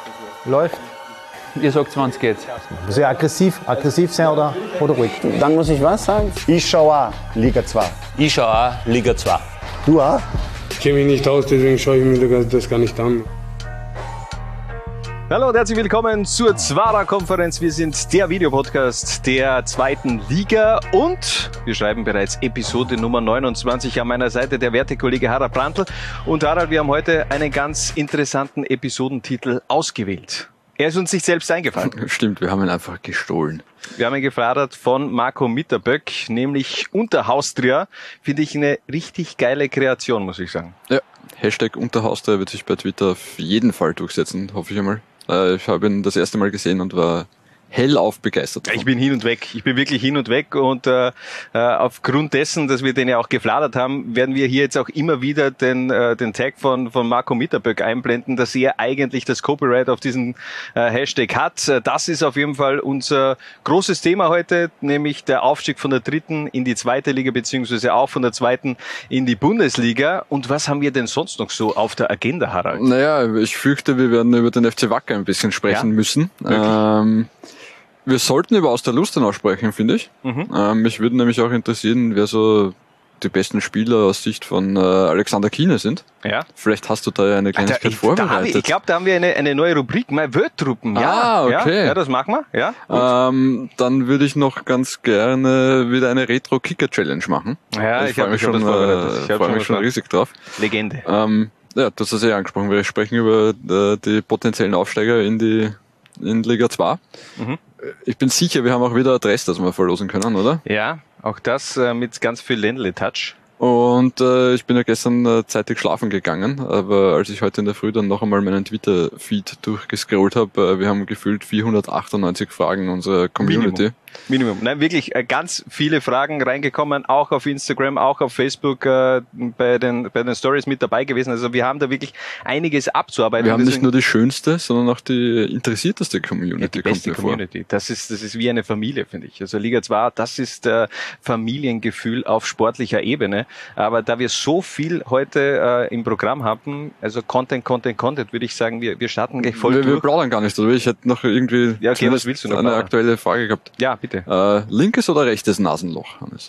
Läuft. Ihr sagt, wann es geht. Muss ich aggressiv sein oder ruhig? Dann muss ich was sagen? Ich schaue auch Liga 2. Ich schaue auch Liga 2. Du auch? Ich kenne mich nicht aus, deswegen schaue ich mir das gar nicht an. Hallo und herzlich willkommen zur Zwara-Konferenz. Wir sind der Videopodcast der zweiten Liga und wir schreiben bereits Episode Nummer 29. An meiner Seite der werte Kollege Harald Brandl. Und Harald, wir haben heute einen ganz interessanten Episodentitel ausgewählt. Er ist uns nicht selbst eingefallen. Stimmt, wir haben ihn einfach gestohlen. Wir haben ihn gefladert von Marco Mitterböck, nämlich Unterhaustria. Finde ich eine richtig geile Kreation, muss ich sagen. Ja, Hashtag Unterhaustria wird sich bei Twitter auf jeden Fall durchsetzen, hoffe ich einmal. Ich habe ihn das erste Mal gesehen und war hellauf begeistert. Ich bin hin und weg. Ich bin wirklich hin und weg und aufgrund dessen, dass wir den ja auch gefladert haben, werden wir hier jetzt auch immer wieder den Tag von Marco Mitterböck einblenden, dass er eigentlich das Copyright auf diesen Hashtag hat. Das ist auf jeden Fall unser großes Thema heute, nämlich der Aufstieg von der dritten in die zweite Liga beziehungsweise auch von der zweiten in die Bundesliga. Und was haben wir denn sonst noch so auf der Agenda, Harald? Naja, ich fürchte, wir werden über den FC Wacker ein bisschen sprechen müssen. Wir sollten über Auster-Lustenau sprechen, finde ich. Mich würde nämlich auch interessieren, wer so die besten Spieler aus Sicht von Alexander Kiene sind. Ja. Vielleicht hast du da ja eine Kleinigkeit vorbereitet. Ich glaube, da haben wir eine neue Rubrik, My Word-Truppen. Ja, okay. Ja, das machen wir. Ja, dann würde ich noch ganz gerne wieder eine Retro-Kicker-Challenge machen. Ja, ich habe mich schon riesig drauf. Legende. Ja, du hast das ja angesprochen. Wir sprechen über die potenziellen Aufsteiger in Liga 2. Ich bin sicher, wir haben auch wieder Adresse, das wir verlosen können, oder? Ja, auch das mit ganz viel Ländle-Touch. Und ich bin ja gestern zeitig schlafen gegangen, aber als ich heute in der Früh dann noch einmal meinen Twitter-Feed durchgescrollt habe, wir haben gefühlt 498 Fragen unserer Community. Minimum. Nein, wirklich ganz viele Fragen reingekommen, auch auf Instagram, auch auf Facebook, bei den Stories mit dabei gewesen. Also wir haben da wirklich einiges abzuarbeiten. Wir haben nicht nur die schönste, sondern auch die interessierteste Community. Ja, die beste Community. Das ist wie eine Familie, finde ich. Also Liga 2, das ist Familiengefühl auf sportlicher Ebene. Aber da wir so viel heute im Programm haben, also Content, würde ich sagen, wir starten gleich voll durch. Wir plaudern gar nicht, oder? Ich hätte noch irgendwie was willst du noch eine aktuelle Frage gehabt. Ja, bitte. Linkes oder rechtes Nasenloch, Hannes?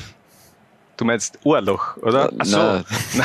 Du meinst Ohrloch, oder? Ach so.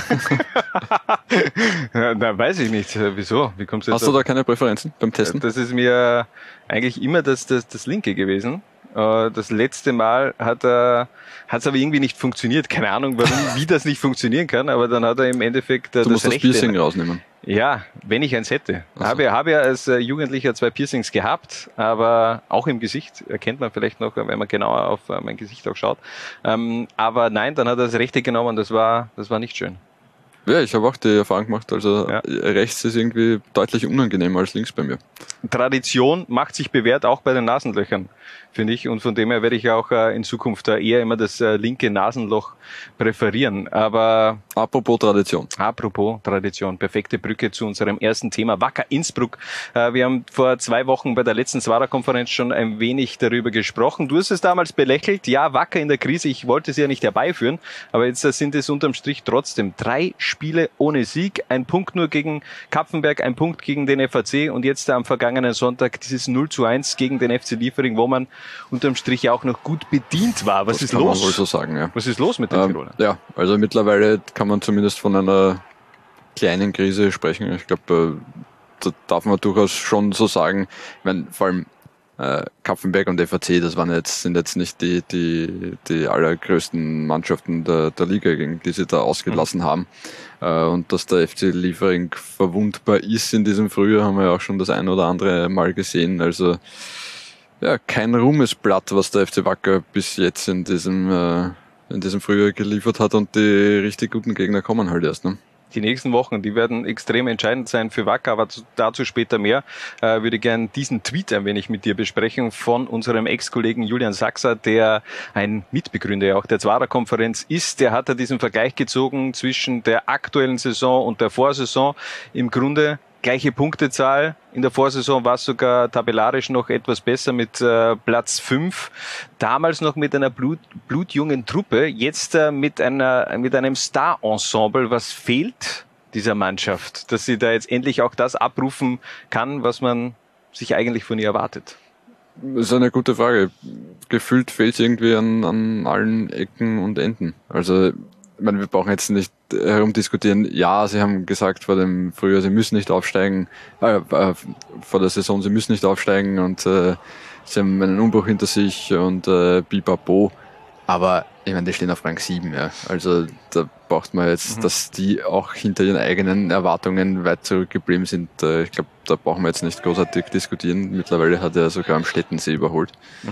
Na, weiß ich nicht. Wieso? Wie kommst du jetzt Hast du da keine Präferenzen beim Testen? Das ist mir eigentlich immer das linke gewesen. Das letzte Mal hat es aber irgendwie nicht funktioniert. Keine Ahnung, wie das nicht funktionieren kann, aber dann hat er im Endeffekt du musst das Piercing rausnehmen. Ja, wenn ich eins hätte. Habe ja als Jugendlicher 2 Piercings gehabt, aber auch im Gesicht, erkennt man vielleicht noch, wenn man genauer auf mein Gesicht auch schaut. Aber nein, dann hat er das rechte genommen, das war nicht schön. Ja, ich habe auch die Erfahrung gemacht, also rechts ist irgendwie deutlich unangenehmer als links bei mir. Tradition macht sich bewährt, auch bei den Nasenlöchern, finde ich. Und von dem her werde ich auch in Zukunft eher immer das linke Nasenloch präferieren. Aber Apropos Tradition, perfekte Brücke zu unserem ersten Thema, Wacker Innsbruck. Wir haben vor 2 Wochen bei der letzten Zwara-Konferenz schon ein wenig darüber gesprochen. Du hast es damals belächelt, ja, Wacker in der Krise, ich wollte sie ja nicht herbeiführen, aber jetzt sind es unterm Strich trotzdem 3 Spiele ohne Sieg, ein Punkt nur gegen Kapfenberg, ein Punkt gegen den FAC und jetzt am vergangenen Sonntag dieses 0:1 gegen den FC Liefering, wo man unterm Strich auch noch gut bedient war. Was ist los? Kann man wohl so sagen, ja. Was ist los mit den Tirolern? Ja, also mittlerweile kann man zumindest von einer kleinen Krise sprechen. Ich glaube, da darf man durchaus schon so sagen. Ich meine, vor allem Kapfenberg und FAC, das sind jetzt nicht die allergrößten Mannschaften der Liga, gegen die sie da ausgelassen haben. Und dass der FC Liefering verwundbar ist in diesem Frühjahr, haben wir ja auch schon das ein oder andere Mal gesehen. Also ja, kein Ruhmesblatt, was der FC Wacker bis jetzt in diesem Frühjahr geliefert hat, und die richtig guten Gegner kommen halt erst, ne? Die nächsten Wochen, die werden extrem entscheidend sein für Wacker, aber dazu später mehr. Würde gern diesen Tweet ein wenig mit dir besprechen von unserem Ex-Kollegen Julian Sachser, der ein Mitbegründer auch der Zwara-Konferenz ist. Der hat da diesen Vergleich gezogen zwischen der aktuellen Saison und der Vorsaison. Im Grunde gleiche Punktezahl. In der Vorsaison war es sogar tabellarisch noch etwas besser mit Platz 5. Damals noch mit einer blutjungen Truppe. Jetzt mit einem Star-Ensemble. Was fehlt dieser Mannschaft, dass sie da jetzt endlich auch das abrufen kann, was man sich eigentlich von ihr erwartet? Das ist eine gute Frage. Gefühlt fehlt es irgendwie an allen Ecken und Enden. Also, ich meine, wir brauchen jetzt nicht herumdiskutieren. Ja, sie haben gesagt vor dem Frühjahr, sie müssen nicht aufsteigen, vor der Saison, sie müssen nicht aufsteigen und sie haben einen Umbruch hinter sich und Bipapo. Aber ich meine, die stehen auf Rang 7, ja. Also da braucht man jetzt, dass die auch hinter ihren eigenen Erwartungen weit zurückgeblieben sind. Ich glaube, da brauchen wir jetzt nicht großartig diskutieren. Mittlerweile hat er sogar am Stettensee überholt.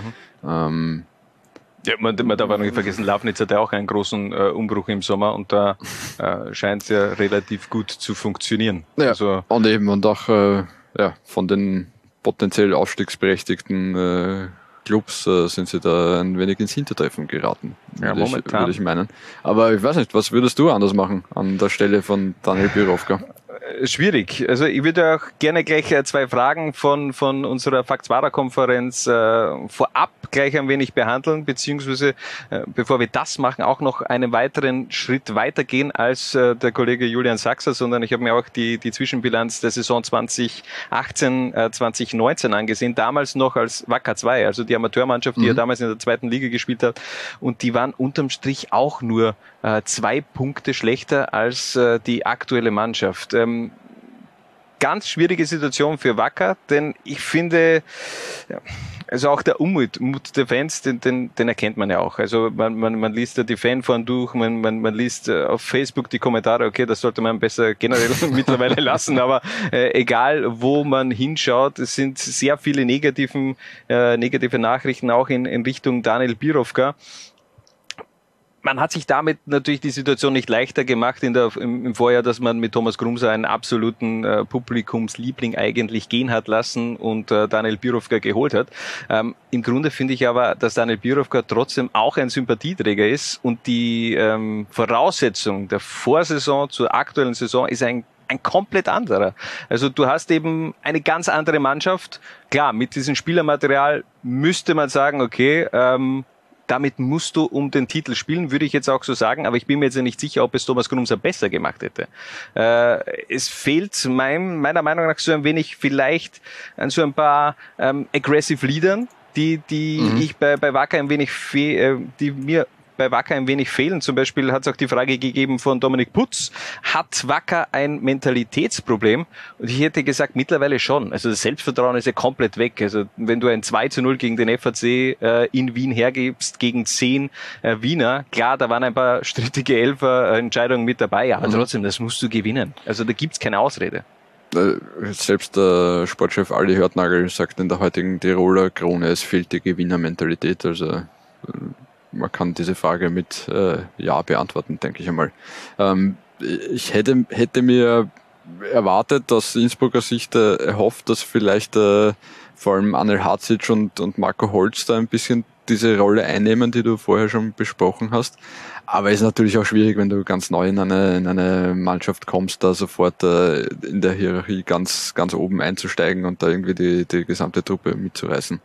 Ja, man darf auch nicht vergessen, Lafnitz hat ja auch einen großen Umbruch im Sommer und da scheint es ja relativ gut zu funktionieren. Ja, also, und auch von den potenziell aufstiegsberechtigten Clubs sind sie da ein wenig ins Hintertreffen geraten, würde ich meinen. Aber ich weiß nicht, was würdest du anders machen an der Stelle von Daniel Birovka? Schwierig. Also ich würde auch gerne gleich 2 Fragen von unserer Faktsvara-Konferenz vorab gleich ein wenig behandeln, beziehungsweise bevor wir das machen, auch noch einen weiteren Schritt weitergehen als der Kollege Julian Sachser, sondern ich habe mir auch die Zwischenbilanz der Saison 2018, 2019 angesehen, damals noch als Wacker 2, also die Amateurmannschaft, die ja damals in der 2. Liga gespielt hat, und die waren unterm Strich auch nur 2 Punkte schlechter als die aktuelle Mannschaft. Ganz schwierige Situation für Wacker, denn ich finde, also auch der Unmut der Fans, den erkennt man ja auch. Also man liest ja die Fanforen durch, man liest auf Facebook die Kommentare, okay, das sollte man besser generell mittlerweile lassen, aber egal wo man hinschaut, es sind sehr viele negative Nachrichten auch in Richtung Daniel Birovka. Man hat sich damit natürlich die Situation nicht leichter gemacht im Vorjahr, dass man mit Thomas Grumser einen absoluten Publikumsliebling eigentlich gehen hat lassen und Daniel Birovka geholt hat. Im Grunde finde ich aber, dass Daniel Birovka trotzdem auch ein Sympathieträger ist und die Voraussetzung der Vorsaison zur aktuellen Saison ist ein komplett anderer. Also du hast eben eine ganz andere Mannschaft. Klar, mit diesem Spielermaterial müsste man sagen, okay, damit musst du um den Titel spielen, würde ich jetzt auch so sagen, aber ich bin mir jetzt nicht sicher, ob es Thomas Grumser besser gemacht hätte. Es fehlt meiner Meinung nach so ein wenig vielleicht an so ein paar aggressive Leadern, die ich bei Wacker ein wenig die mir bei Wacker ein wenig fehlen. Zum Beispiel hat es auch die Frage gegeben von Dominik Putz, hat Wacker ein Mentalitätsproblem? Und ich hätte gesagt, mittlerweile schon. Also das Selbstvertrauen ist ja komplett weg. Also wenn du ein 2:0 gegen den FAC in Wien hergibst, gegen 10 Wiener, klar, da waren ein paar strittige Elfer-Entscheidungen mit dabei, aber trotzdem, das musst du gewinnen. Also da gibt's keine Ausrede. Selbst der Sportchef Ali Hörtnagel sagt in der heutigen Tiroler Krone, es fehlt die Gewinnermentalität. Also man kann diese Frage mit Ja beantworten, denke ich einmal. Ich hätte mir erwartet, aus Innsbrucker Sicht erhofft, dass vielleicht vor allem Anel Hadzic und Marco Holz da ein bisschen diese Rolle einnehmen, die du vorher schon besprochen hast. Aber ist natürlich auch schwierig, wenn du ganz neu in eine Mannschaft kommst, da sofort in der Hierarchie ganz oben einzusteigen und da irgendwie die gesamte Truppe mitzureißen.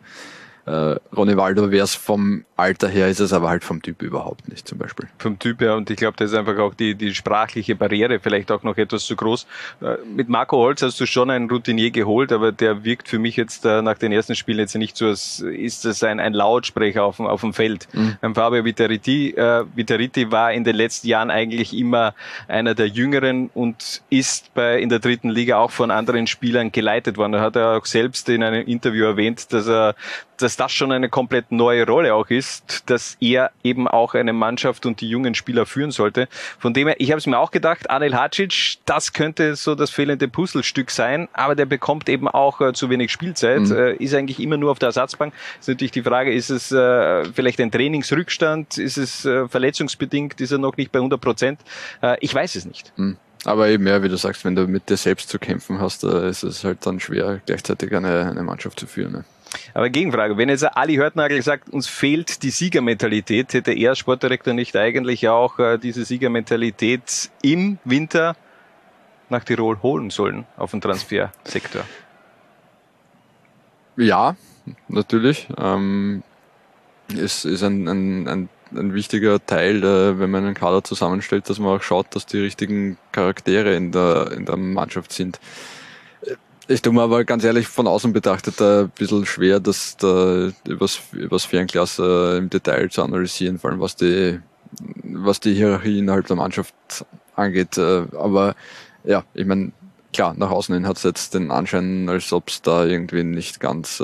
Ronny Waldo wäre es vom Alter her, ist es aber halt vom Typ überhaupt nicht zum Beispiel. Vom Typ her, und ich glaube, da ist einfach auch die sprachliche Barriere vielleicht auch noch etwas zu groß. Mit Marco Holz hast du schon einen Routinier geholt, aber der wirkt für mich jetzt nach den ersten Spielen jetzt nicht so, als ist das ein Lautsprecher auf dem Feld. Fabio Vittariti war in den letzten Jahren eigentlich immer einer der Jüngeren und ist in der 3. Liga auch von anderen Spielern geleitet worden. Da hat er auch selbst in einem Interview erwähnt, dass das schon eine komplett neue Rolle auch ist, dass er eben auch eine Mannschaft und die jungen Spieler führen sollte. Von dem her, ich habe es mir auch gedacht, Anel Hadzic, das könnte so das fehlende Puzzlestück sein, aber der bekommt eben auch zu wenig Spielzeit, ist eigentlich immer nur auf der Ersatzbank. Ist natürlich die Frage, ist es vielleicht ein Trainingsrückstand, ist es verletzungsbedingt, ist er noch nicht bei 100%? Ich weiß es nicht. Aber eben, ja, wie du sagst, wenn du mit dir selbst zu kämpfen hast, ist es halt dann schwer, gleichzeitig eine Mannschaft zu führen. Ne? Aber Gegenfrage, wenn jetzt Ali Hörtnagel sagt, uns fehlt die Siegermentalität, hätte er als Sportdirektor nicht eigentlich auch diese Siegermentalität im Winter nach Tirol holen sollen auf dem Transfersektor? Ja, natürlich. Es ist ein ein wichtiger Teil, wenn man einen Kader zusammenstellt, dass man auch schaut, dass die richtigen Charaktere in der Mannschaft sind. Ich tue mir aber ganz ehrlich von außen betrachtet ein bisschen schwer, das da übers Fernglas im Detail zu analysieren, vor allem was die Hierarchie innerhalb der Mannschaft angeht. Aber ja, ich meine, klar, nach außen hin hat es jetzt den Anschein, als ob es da irgendwie nicht ganz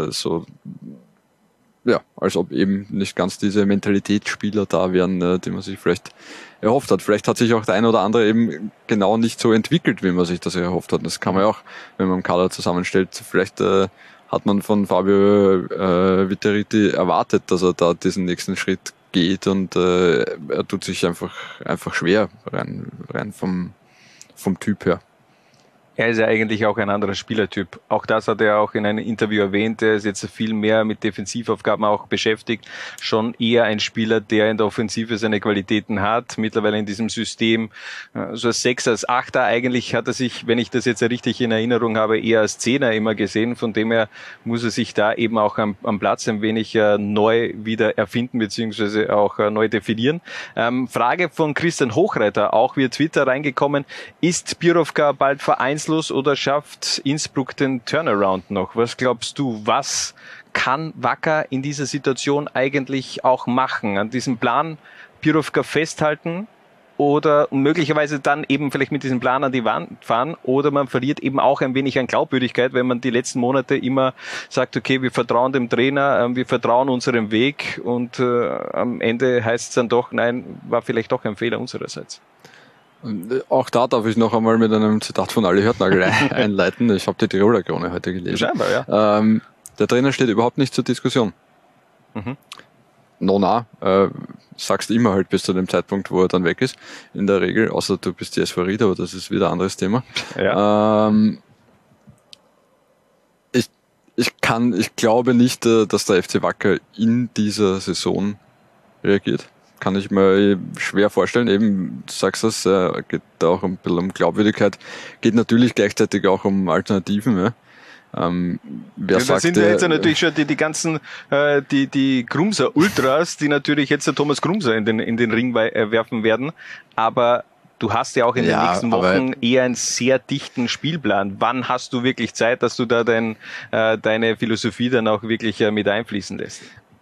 als ob eben nicht ganz diese Mentalitätsspieler da wären, die man sich vielleicht erhofft hat. Vielleicht hat sich auch der eine oder andere eben genau nicht so entwickelt, wie man sich das erhofft hat. Das kann man ja auch, wenn man einen Kader zusammenstellt. Vielleicht hat man von Fabio Vittoriti erwartet, dass er da diesen nächsten Schritt geht und er tut sich einfach schwer, rein vom Typ her. Er ist ja eigentlich auch ein anderer Spielertyp. Auch das hat er auch in einem Interview erwähnt. Er ist jetzt viel mehr mit Defensivaufgaben auch beschäftigt. Schon eher ein Spieler, der in der Offensive seine Qualitäten hat. Mittlerweile in diesem System so als Sechser, als Achter. Eigentlich hat er sich, wenn ich das jetzt richtig in Erinnerung habe, eher als Zehner immer gesehen. Von dem her muss er sich da eben auch am Platz ein wenig neu wieder erfinden beziehungsweise auch neu definieren. Frage von Christian Hochreiter, auch via Twitter reingekommen. Ist Birovka bald vereinslos oder schafft Innsbruck den Turnaround noch? Was glaubst du, was kann Wacker in dieser Situation eigentlich auch machen? An diesem Plan Birovka festhalten oder möglicherweise dann eben vielleicht mit diesem Plan an die Wand fahren, oder man verliert eben auch ein wenig an Glaubwürdigkeit, wenn man die letzten Monate immer sagt, okay, wir vertrauen dem Trainer, wir vertrauen unserem Weg, und am Ende heißt es dann doch, nein, war vielleicht doch ein Fehler unsererseits. Auch da darf ich noch einmal mit einem Zitat von Ali Hörtnagel einleiten. Ich habe die Tiroler Krone heute gelesen. Scheinbar, ja. Der Trainer steht überhaupt nicht zur Diskussion. Sagst immer halt bis zu dem Zeitpunkt, wo er dann weg ist. In der Regel, außer du bist die SV Ried, aber das ist wieder ein anderes Thema. Ja. Ich glaube nicht, dass der FC Wacker in dieser Saison reagiert. Kann ich mir schwer vorstellen. Eben, du sagst das, geht da auch ein bisschen um Glaubwürdigkeit, geht natürlich gleichzeitig auch um Alternativen. Ja. Da sind ja jetzt natürlich schon die ganzen die Grumser Ultras, die natürlich jetzt der Thomas Grumser in den Ring werfen werden. Aber du hast ja auch in den nächsten Wochen eher einen sehr dichten Spielplan. Wann hast du wirklich Zeit, dass du da deine Philosophie dann auch wirklich mit einfließen lässt?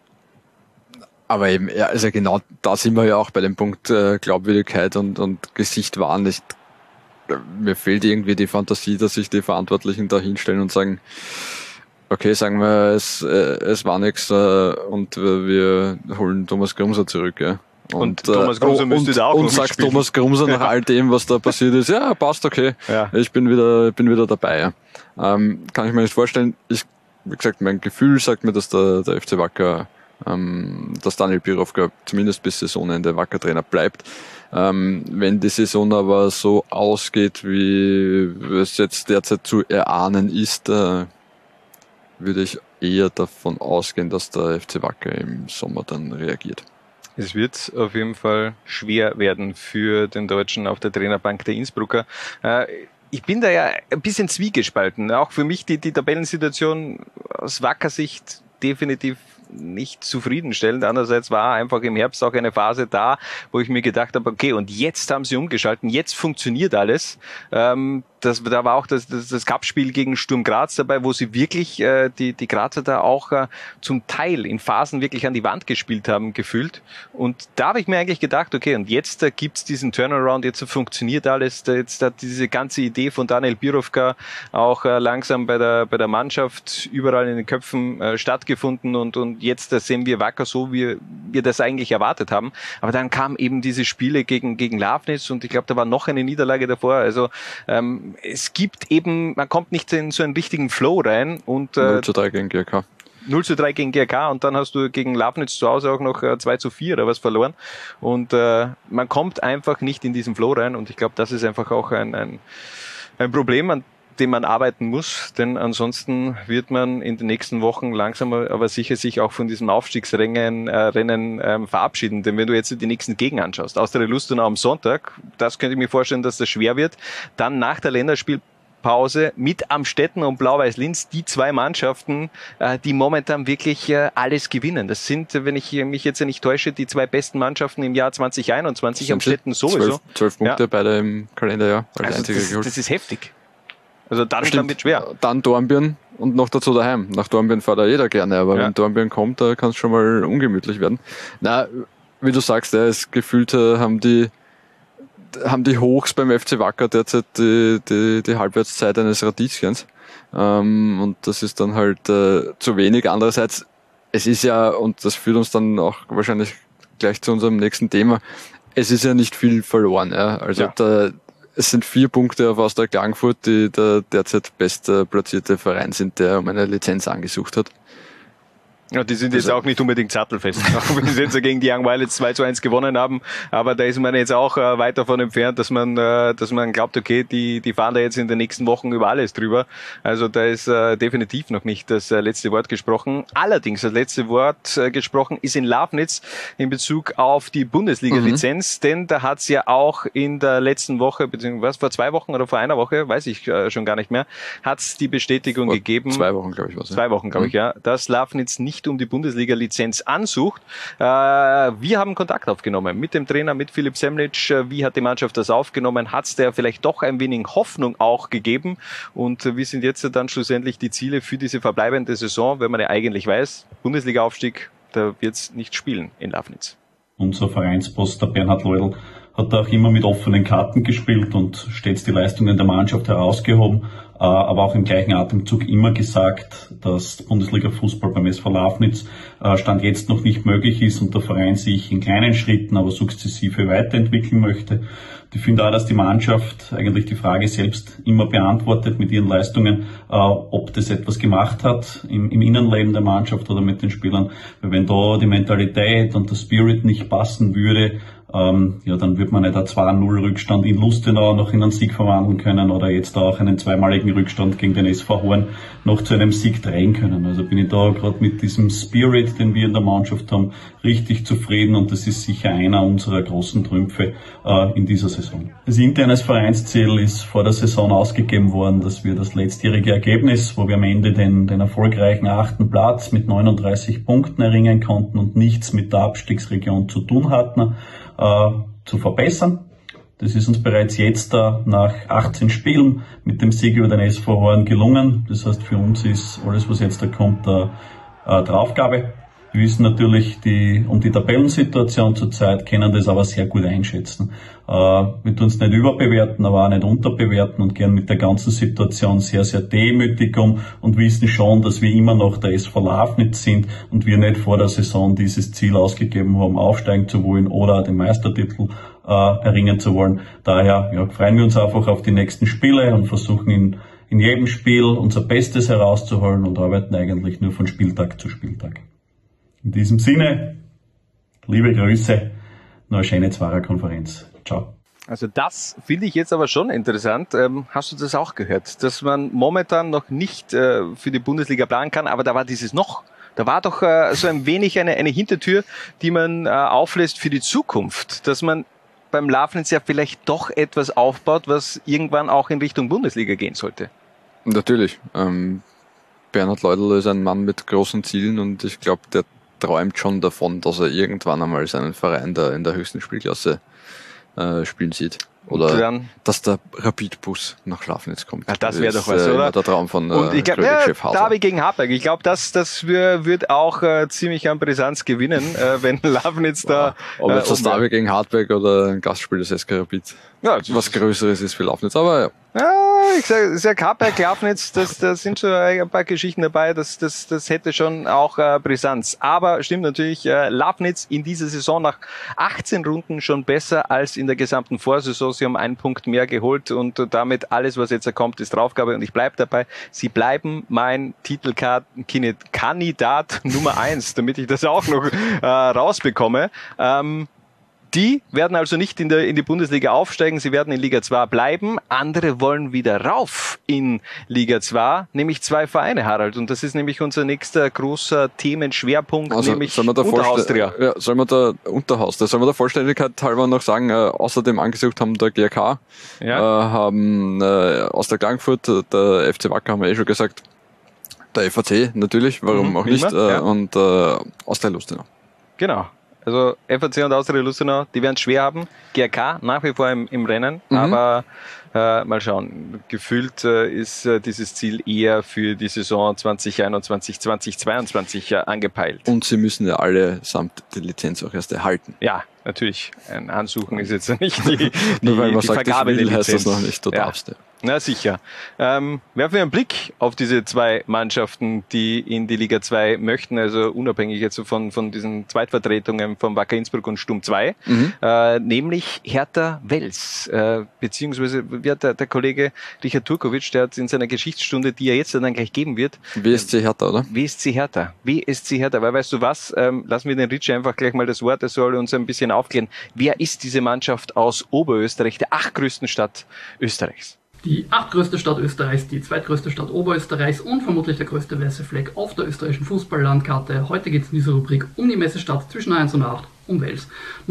Aber eben, ja, also genau da sind wir ja auch bei dem Punkt Glaubwürdigkeit und Gesicht wahren. Mir fehlt irgendwie die Fantasie, dass sich die Verantwortlichen da hinstellen und sagen, okay, sagen wir, es war nichts und wir holen Thomas Grumser zurück. Ja. Und Thomas Grumser müsste da auch noch sagt mitspielen. Thomas Grumser nach all dem, was da passiert ist, ja, passt, okay, ich bin wieder dabei. Ja. Kann ich mir nicht vorstellen. Wie gesagt, mein Gefühl sagt mir, dass der FC Wacker, dass Daniel Birovka zumindest bis Saisonende Wacker-Trainer bleibt. Wenn die Saison aber so ausgeht, wie es jetzt derzeit zu erahnen ist, würde ich eher davon ausgehen, dass der FC Wacker im Sommer dann reagiert. Es wird auf jeden Fall schwer werden für den Deutschen auf der Trainerbank der Innsbrucker. Ich bin da ja ein bisschen zwiegespalten. Auch für mich die Tabellensituation aus Wacker-Sicht definitiv nicht zufriedenstellend. Andererseits war einfach im Herbst auch eine Phase da, wo ich mir gedacht habe, okay, und jetzt haben sie umgeschalten, jetzt funktioniert alles. Da war auch das Cup-Spiel gegen Sturm Graz dabei, wo sie wirklich die Grazer da auch zum Teil in Phasen wirklich an die Wand gespielt haben, gefühlt. Und da habe ich mir eigentlich gedacht, okay, und jetzt gibt's diesen Turnaround, jetzt funktioniert alles, jetzt hat diese ganze Idee von Daniel Birovka auch langsam bei der Mannschaft überall in den Köpfen stattgefunden, und jetzt sehen wir Wacker so, wie wir das eigentlich erwartet haben. Aber dann kamen eben diese Spiele gegen Lafnitz, und ich glaube, da war noch eine Niederlage davor. Also es gibt eben, man kommt nicht in so einen richtigen Flow rein. Und 0:3 gegen GRK. 0:3 gegen GRK, und dann hast du gegen Lafnitz zu Hause auch noch 2:4 oder was verloren. Und man kommt einfach nicht in diesen Flow rein, und ich glaube, das ist einfach auch ein Problem, an dem man arbeiten muss, denn ansonsten wird man in den nächsten Wochen langsam aber sicher sich auch von diesem Aufstiegsrennen verabschieden. Denn wenn du jetzt die nächsten Gegner anschaust, Austria Lustenau am Sonntag, das könnte ich mir vorstellen, dass das schwer wird. Dann nach der Winterpause mit Amstetten und Blau-Weiß Linz die zwei Mannschaften, die momentan wirklich alles gewinnen. Das sind, wenn ich mich jetzt nicht täusche, die zwei besten Mannschaften im Jahr 2021. Amstetten sowieso. 12 Punkte beide im Kalenderjahr. Also das ist heftig. Also dann wird schwer. Dann Dornbirn und noch dazu daheim. Nach Dornbirn fährt ja jeder gerne, aber wenn Dornbirn kommt, da kann es schon mal ungemütlich werden. Na, wie du sagst, es gefühlt haben die Hochs beim FC Wacker derzeit die Halbwertszeit eines Radieschens. Und das ist dann halt zu wenig. Andererseits, es ist ja, und das führt uns dann auch wahrscheinlich gleich zu unserem nächsten Thema, es ist ja nicht viel verloren. Ja. Also es sind 4 Punkte auf Austria Klagenfurt, die der derzeit bestplatzierte Verein sind, der um eine Lizenz angesucht hat. Ja, die sind jetzt auch nicht unbedingt sattelfest, auch wenn sie jetzt gegen die Young Violets 2:1 gewonnen haben. Aber da ist man jetzt auch weit davon entfernt, dass man glaubt, okay, die fahren da jetzt in den nächsten Wochen über alles drüber. Also da ist definitiv noch nicht das letzte Wort gesprochen. Allerdings das letzte Wort gesprochen ist in Lafnitz in Bezug auf die Bundesliga-Lizenz, denn da hat's ja auch in der letzten Woche, beziehungsweise vor 2 Wochen oder vor einer Woche, weiß ich schon gar nicht mehr, hat's die Bestätigung gegeben. 2 Wochen, glaube ich, was. 2 Wochen, glaube ich, ja, dass Lafnitz nicht um die Bundesliga-Lizenz ansucht. Wir haben Kontakt aufgenommen mit dem Trainer, mit Philipp Semlitsch. Wie hat die Mannschaft das aufgenommen? Hat es der vielleicht doch ein wenig Hoffnung auch gegeben? Und wie sind jetzt dann schlussendlich die Ziele für diese verbleibende Saison, wenn man ja eigentlich weiß, Bundesliga-Aufstieg, da wird es nicht spielen in Lafnitz. Unser Vereinsboss, der Bernhard Leudl, hat auch immer mit offenen Karten gespielt und stets die Leistungen der Mannschaft herausgehoben, aber auch im gleichen Atemzug immer gesagt, dass Bundesliga-Fußball beim SV Lafnitz Stand jetzt noch nicht möglich ist und der Verein sich in kleinen Schritten, aber sukzessive weiterentwickeln möchte. Ich finde auch, dass die Mannschaft eigentlich die Frage selbst immer beantwortet mit ihren Leistungen, ob das etwas gemacht hat im Innenleben der Mannschaft oder mit den Spielern. Weil wenn da die Mentalität und der Spirit nicht passen würde, dann wird man nicht einen 2-0 Rückstand in Lustenau noch in einen Sieg verwandeln können oder jetzt auch einen zweimaligen Rückstand gegen den SV Horn noch zu einem Sieg drehen können. Also bin ich da gerade mit diesem Spirit, den wir in der Mannschaft haben, richtig zufrieden und das ist sicher einer unserer großen Trümpfe in dieser Saison. Das internes Vereinsziel ist vor der Saison ausgegeben worden, dass wir das letztjährige Ergebnis, wo wir am Ende den erfolgreichen 8. Platz mit 39 Punkten erringen konnten und nichts mit der Abstiegsregion zu tun hatten, zu verbessern. Das ist uns bereits jetzt nach 18 Spielen mit dem Sieg über den SV Horn gelungen. Das heißt, für uns ist alles, was jetzt da kommt, Draufgabe. Wir wissen natürlich um die Tabellensituation zurzeit, können das aber sehr gut einschätzen. Wir tun es nicht überbewerten, aber auch nicht unterbewerten und gehen mit der ganzen Situation sehr, sehr demütig um und wissen schon, dass wir immer noch der SV Lafnitz sind und wir nicht vor der Saison dieses Ziel ausgegeben haben, aufsteigen zu wollen oder den Meistertitel erringen zu wollen. Daher freuen wir uns einfach auf die nächsten Spiele und versuchen in jedem Spiel unser Bestes herauszuholen und arbeiten eigentlich nur von Spieltag zu Spieltag. In diesem Sinne, liebe Grüße, noch eine schöne Zwarer-Konferenz. Ciao. Also das finde ich jetzt aber schon interessant. Hast du das auch gehört? Dass man momentan noch nicht für die Bundesliga planen kann, aber da war dieses noch. Da war doch so ein wenig eine Hintertür, die man auflässt für die Zukunft, dass man beim Lafnitz ja vielleicht doch etwas aufbaut, was irgendwann auch in Richtung Bundesliga gehen sollte. Natürlich. Bernhard Leudl ist ein Mann mit großen Zielen und ich glaube, der träumt schon davon, dass er irgendwann einmal seinen Verein da in der höchsten Spielklasse spielen sieht. Oder dann, dass der Rapid-Bus nach Lafnitz kommt. Ja, das wäre doch was, oder? Der Traum von und ich glaube, Derby gegen Hartberg. Ich glaube, das wird auch ziemlich an Brisanz gewinnen, wenn Lafnitz da... Ob jetzt das Derby gegen Hartberg oder ein Gastspiel des SK Rapid was Größeres ist für Lafnitz, aber ja. Ja, ich sag Hartberg, Lafnitz, da sind schon ein paar Geschichten dabei, das hätte schon auch Brisanz. Aber stimmt natürlich, Lafnitz in dieser Saison nach 18 Runden schon besser als in der gesamten Vorsaison. Sie haben 1 Punkt mehr geholt und damit alles, was jetzt kommt, ist Draufgabe und ich bleibe dabei. Sie bleiben mein Titelkandidat Nummer 1, damit ich das auch noch rausbekomme. Die werden also nicht in die Bundesliga aufsteigen, sie werden in Liga 2 bleiben. Andere wollen wieder rauf in Liga 2, nämlich 2 Vereine, Harald. Und das ist nämlich unser nächster großer Themenschwerpunkt, also, nämlich Unterhaustria. Ja, sollen wir der Vollständigkeit halber noch sagen, außerdem angesucht haben der GRK, haben aus der Klagenfurt, der FC Wacker haben wir schon gesagt, der FAC natürlich, warum auch nicht, und Austria Lustenau. Genau. Also FAC und Austria Lustenau, die werden es schwer haben. GRK nach wie vor im Rennen, aber mal schauen. Gefühlt ist dieses Ziel eher für die Saison 2021, 2022 angepeilt. Und sie müssen ja alle samt die Lizenz auch erst erhalten. Ja, natürlich. Ein Ansuchen ist jetzt nicht die Nur weil man sagt, Vergabe ich will, der Lizenz. heißt das noch nicht, du darfst ja. Na sicher. Werfen wir einen Blick auf diese 2 Mannschaften, die in die Liga 2 möchten, also unabhängig jetzt von diesen Zweitvertretungen von Wacker Innsbruck und Sturm 2, nämlich Hertha Wels, beziehungsweise der Kollege Richard Turkovic, der hat in seiner Geschichtsstunde, die er jetzt dann gleich geben wird, WSC Hertha, oder? WSC Hertha, weil weißt du was, lassen wir den Ritchie einfach gleich mal das Wort, er soll uns ein bisschen aufklären. Wer ist diese Mannschaft aus Oberösterreich, der 8. Stadt Österreichs? Die 8. Stadt Österreichs, die zweitgrößte Stadt Oberösterreichs und vermutlich der größte weiße Fleck auf der österreichischen Fußballlandkarte. Heute geht es in dieser Rubrik um die Messestadt zwischen 1 und 8, um Wels.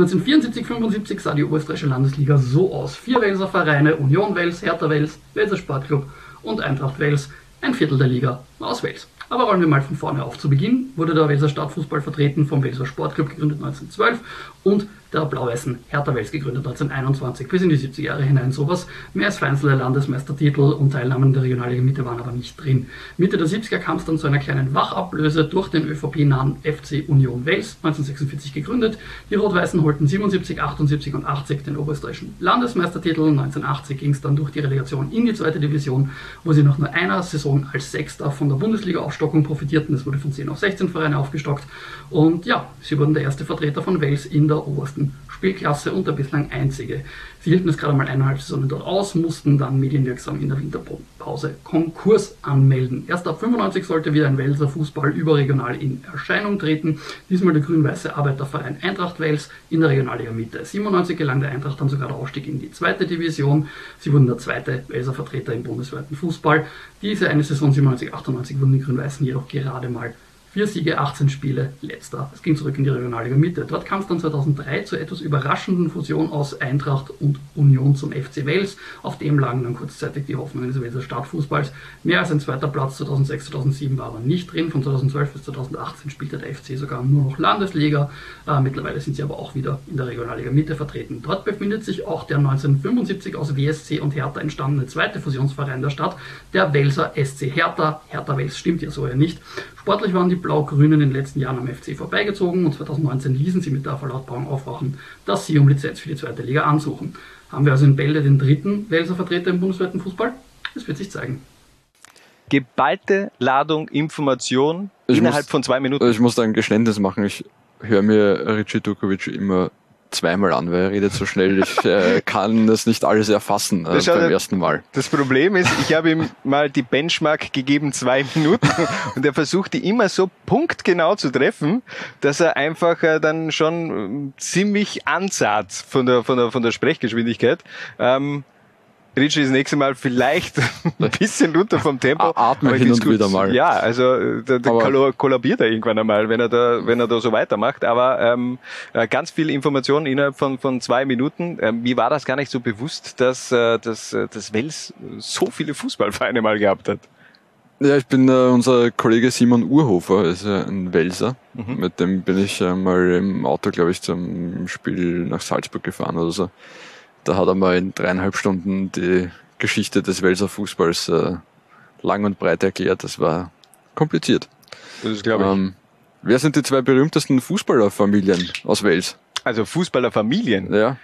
1974-75 sah die oberösterreichische Landesliga so aus. 4 Welser Vereine, Union Wels, Hertha Wels, Welser Sportclub und Eintracht Wels. Ein Viertel der Liga aus Wels. Aber rollen wir mal von vorne auf. Zu Beginn wurde der Welser Stadtfußball vertreten vom Welser Sportclub, gegründet 1912, und der blau-weißen Hertha Wels, gegründet 1921, bis in die 70er Jahre hinein. Sowas mehr als vereinzelte Landesmeistertitel und Teilnahmen in der Regionalliga Mitte waren aber nicht drin. Mitte der 70er kam es dann zu einer kleinen Wachablöse durch den ÖVP-nahen FC Union Wels, 1946 gegründet. Die Rot-Weißen holten 77, 78 und 80 den oberösterreichischen Landesmeistertitel. 1980 ging es dann durch die Relegation in die 2. Division, wo sie nach nur einer Saison als Sechster von der Bundesliga-Aufstockung profitierten. Es wurde von 10 auf 16 Vereine aufgestockt. Und ja, sie wurden der erste Vertreter von Wels in der obersten Spielklasse und der bislang einzige. Sie hielten es gerade mal 1,5 Saisonen dort aus, mussten dann medienwirksam in der Winterpause Konkurs anmelden. Erst ab 95 sollte wieder ein Welser Fußball überregional in Erscheinung treten. Diesmal der grün-weiße Arbeiterverein Eintracht Wels in der Regionalliga Mitte. 97 gelang der Eintracht dann sogar der Aufstieg in die 2. Division. Sie wurden der 2. Welser Vertreter im bundesweiten Fußball. Diese eine Saison 97, 98 wurden die grün-weißen jedoch gerade mal 4 Siege, 18 Spiele, letzter. Es ging zurück in die Regionalliga Mitte. Dort kam es dann 2003 zur etwas überraschenden Fusion aus Eintracht und Union zum FC Wels. Auf dem lagen dann kurzzeitig die Hoffnungen des Welser Stadtfußballs. Mehr als ein 2. Platz 2006, 2007 war aber nicht drin. Von 2012 bis 2018 spielte der FC sogar nur noch Landesliga. Mittlerweile sind sie aber auch wieder in der Regionalliga Mitte vertreten. Dort befindet sich auch der 1975 aus WSC und Hertha entstandene 2. Fusionsverein der Stadt, der Welser SC Hertha. Hertha Wels stimmt ja so ja nicht. Sportlich waren die Blau-Grünen in den letzten Jahren am FC vorbeigezogen und 2019 ließen sie mit der Verlautbarung aufwachen, dass sie um Lizenz für die 2. Liga ansuchen. Haben wir also in Bälde den 3. Welser Vertreter im bundesweiten Fußball? Das wird sich zeigen. Geballte Ladung Information innerhalb von 2 Minuten. Ich muss da ein Geständnis machen. Ich höre mir Ritchie Turkovic immer zweimal an, weil er redet so schnell. Ich kann das nicht alles erfassen beim ersten Mal. Das Problem ist, ich habe ihm mal die Benchmark gegeben, 2 Minuten, und er versucht die immer so punktgenau zu treffen, dass er einfach dann schon ziemlich ansahnt von der Sprechgeschwindigkeit. Ritchie das nächste Mal vielleicht ein bisschen runter vom Tempo. Atme hin und wieder mal. Ja, also der kollabiert er irgendwann einmal, wenn er da so weitermacht. Aber ganz viel Information innerhalb von 2 Minuten. Mir war das gar nicht so bewusst, dass Wels so viele Fußballvereine mal gehabt hat. Ja, ich bin unser Kollege Simon Urhofer, ist ein Welser. Mit dem bin ich mal im Auto, glaube ich, zum Spiel nach Salzburg gefahren oder so. Da hat er mal in 3,5 Stunden die Geschichte des Welser Fußballs lang und breit erklärt. Das war kompliziert. Das glaube ich. Wer sind die 2 berühmtesten Fußballerfamilien aus Wels? Also Fußballerfamilien? Ja.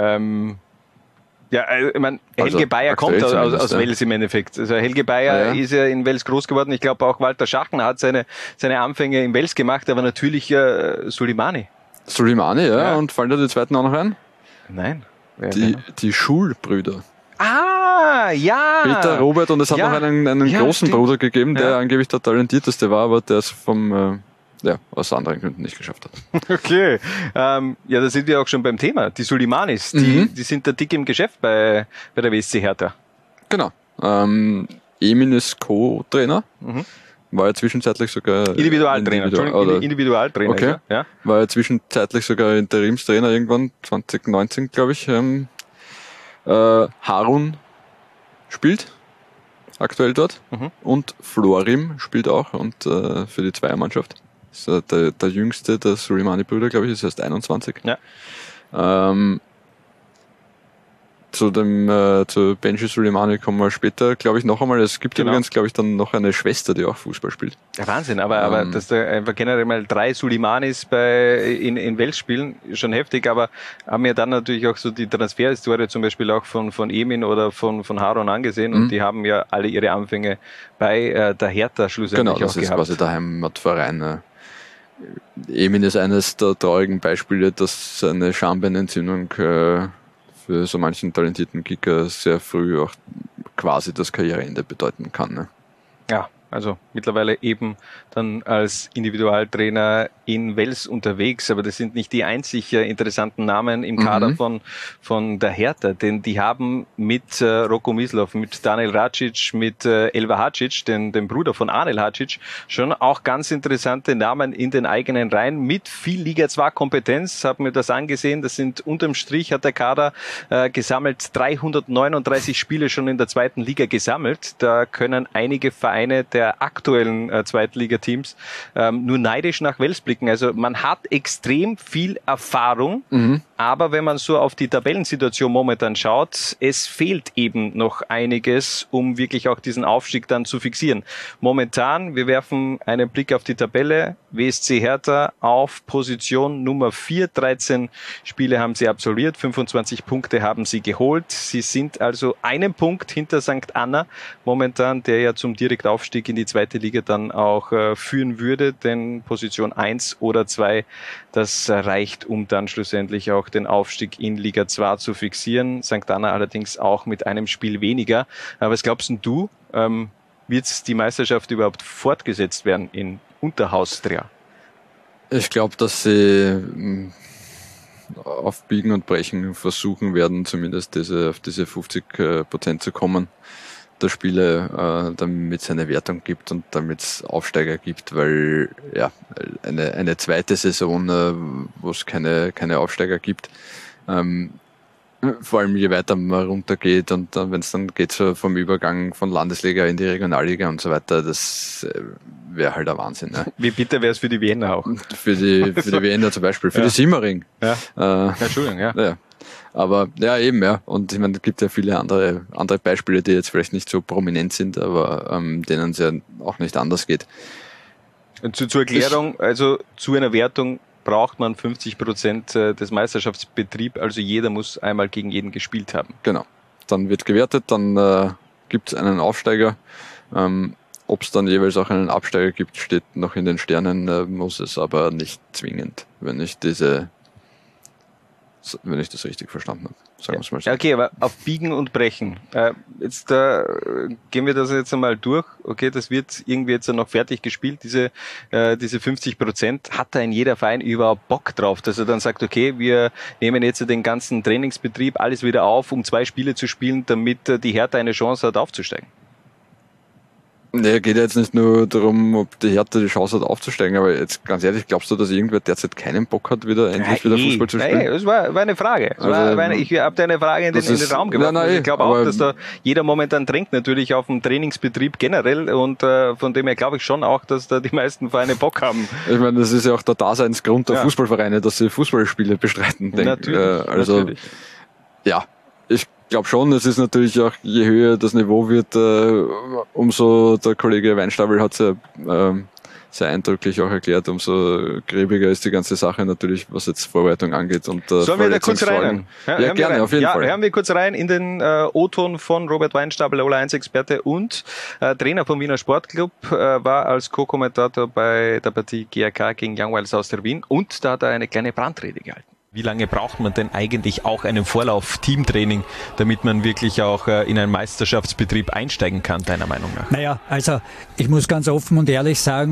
Ich meine, Helge Bayer kommt aus Wels im Endeffekt. Also Helge Bayer ist ja in Wels groß geworden. Ich glaube auch Walter Schachner hat seine Anfänge in Wels gemacht, aber natürlich Suleimani. Suleimani, ja. Und fallen da die zweiten auch noch ein? Nein. Die Schulbrüder. Ah, ja! Peter, Robert, und es hat noch einen großen Bruder gegeben, der angeblich der talentierteste war, aber der ist vom aus anderen Gründen nicht geschafft hat. Okay, ja, da sind wir auch schon beim Thema. Die Sulimanis, die sind da dick im Geschäft bei der WSC Hertha. Genau. Emin ist Co-Trainer. War ja zwischenzeitlich sogar... Individualtrainer. Okay. Ja. War ja zwischenzeitlich sogar Interimstrainer irgendwann, 2019, glaube ich. Harun spielt aktuell dort. Und Florim spielt auch und für die Zweiermannschaft. Ist der jüngste der Sulimani-Brüder, glaube ich, ist erst 21. Ja. Zu Benji Sulimani kommen wir später, glaube ich, noch einmal. Es gibt übrigens, glaube ich, dann noch eine Schwester, die auch Fußball spielt. Ja, Wahnsinn, aber dass da einfach generell mal 3 Sulimanis in Wels spielen, schon heftig, aber haben ja dann natürlich auch so die Transferhistorie zum Beispiel auch von Emin oder von Harun angesehen und die haben ja alle ihre Anfänge bei der Hertha schlussendlich das auch gehabt. Genau, das ist quasi der Heimatverein. Emin ist eines der traurigen Beispiele, dass eine Schambeinentzündung für so manchen talentierten Kicker sehr früh auch quasi das Karriereende bedeuten kann. Ne? Ja, also mittlerweile eben dann als Individualtrainer in Wels unterwegs, aber das sind nicht die einzig interessanten Namen im Kader von der Hertha, denn die haben mit Roko Mislov, mit Daniel Racic, mit Elva Hacic, dem Bruder von Anel Hacic, schon auch ganz interessante Namen in den eigenen Reihen mit viel Liga 2 Kompetenz, haben wir das angesehen, das sind unterm Strich hat der Kader gesammelt 339 Spiele schon in der zweiten Liga gesammelt, da können einige Vereine der aktuellen Zweitligateams nur neidisch nach Wels blicken. Also man hat extrem viel Erfahrung, aber wenn man so auf die Tabellensituation momentan schaut, es fehlt eben noch einiges, um wirklich auch diesen Aufstieg dann zu fixieren. Momentan, wir werfen einen Blick auf die Tabelle, WSC Hertha auf Position Nummer 4, 13 Spiele haben sie absolviert, 25 Punkte haben sie geholt. Sie sind also einen Punkt hinter St. Anna momentan, der ja zum Direktaufstieg in die zweite Liga dann auch führen würde, denn Position 1 oder 2, das reicht, um dann schlussendlich auch den Aufstieg in Liga 2 zu fixieren. St. Anna allerdings auch mit einem Spiel weniger. Aber was glaubst du, wird die Meisterschaft überhaupt fortgesetzt werden in Unterhaustria? Ich glaube, dass sie auf Biegen und Brechen versuchen werden, zumindest auf diese 50% zu kommen, der Spiele, damit es eine Wertung gibt und damit es Aufsteiger gibt, weil ja eine zweite Saison, wo es keine Aufsteiger gibt, vor allem je weiter man runtergeht und wenn es dann geht so vom Übergang von Landesliga in die Regionalliga und so weiter, das wäre halt ein Wahnsinn. Ne? Wie bitter wäre es für die Wiener auch? Für die Wiener zum Beispiel, für die Simmering. Ja. Entschuldigung, ja. Aber ja, eben, ja. Und ich meine, es gibt ja viele andere Beispiele, die jetzt vielleicht nicht so prominent sind, aber denen es ja auch nicht anders geht. Und zur Erklärung, also zu einer Wertung braucht man 50% des Meisterschaftsbetriebs, also jeder muss einmal gegen jeden gespielt haben. Genau. Dann wird gewertet, dann gibt es einen Aufsteiger. Ob es dann jeweils auch einen Absteiger gibt, steht noch in den Sternen, muss es aber nicht zwingend, wenn ich das richtig verstanden habe. Sagen wir es mal so. Okay, aber auf Biegen und Brechen. Jetzt gehen wir das jetzt einmal durch. Okay, das wird irgendwie jetzt noch fertig gespielt, diese 50%. Hat da in jeder Verein überhaupt Bock drauf, dass er dann sagt, okay, wir nehmen jetzt den ganzen Trainingsbetrieb, alles wieder auf, um 2 Spiele zu spielen, damit die Hertha eine Chance hat, aufzusteigen? Nee, geht ja jetzt nicht nur darum, ob die Hertha die Chance hat aufzusteigen, aber jetzt ganz ehrlich, glaubst du, dass irgendwer derzeit keinen Bock hat, endlich wieder Fußball zu spielen? Nein, das war eine Frage. Ich habe da eine Frage in den Raum geworfen. Ich glaube auch, dass da jeder momentan drängt natürlich auf den Trainingsbetrieb generell und von dem her glaube ich schon auch, dass da die meisten Vereine Bock haben. Ich meine, das ist ja auch der Daseinsgrund der Fußballvereine, dass sie Fußballspiele bestreiten. Natürlich. Ja, ich glaube schon, es ist natürlich auch, je höher das Niveau wird, umso, der Kollege Weinstapel hat es ja sehr eindrücklich auch erklärt, umso gräbiger ist die ganze Sache natürlich, was jetzt Vorbereitung angeht. Und sollen wir da kurz rein? Ja, gerne, auf jeden Fall. Hören wir kurz rein in den O-Ton von Robert Weinstapel, Ola-1-Experte und Trainer vom Wiener Sportclub, war als Co-Kommentator bei der Partie GRK gegen Young Wales aus der Wien und da hat er eine kleine Brandrede gehalten. Wie lange braucht man denn eigentlich auch einen Vorlauf-Teamtraining, damit man wirklich auch in einen Meisterschaftsbetrieb einsteigen kann, deiner Meinung nach? Naja, also ich muss ganz offen und ehrlich sagen,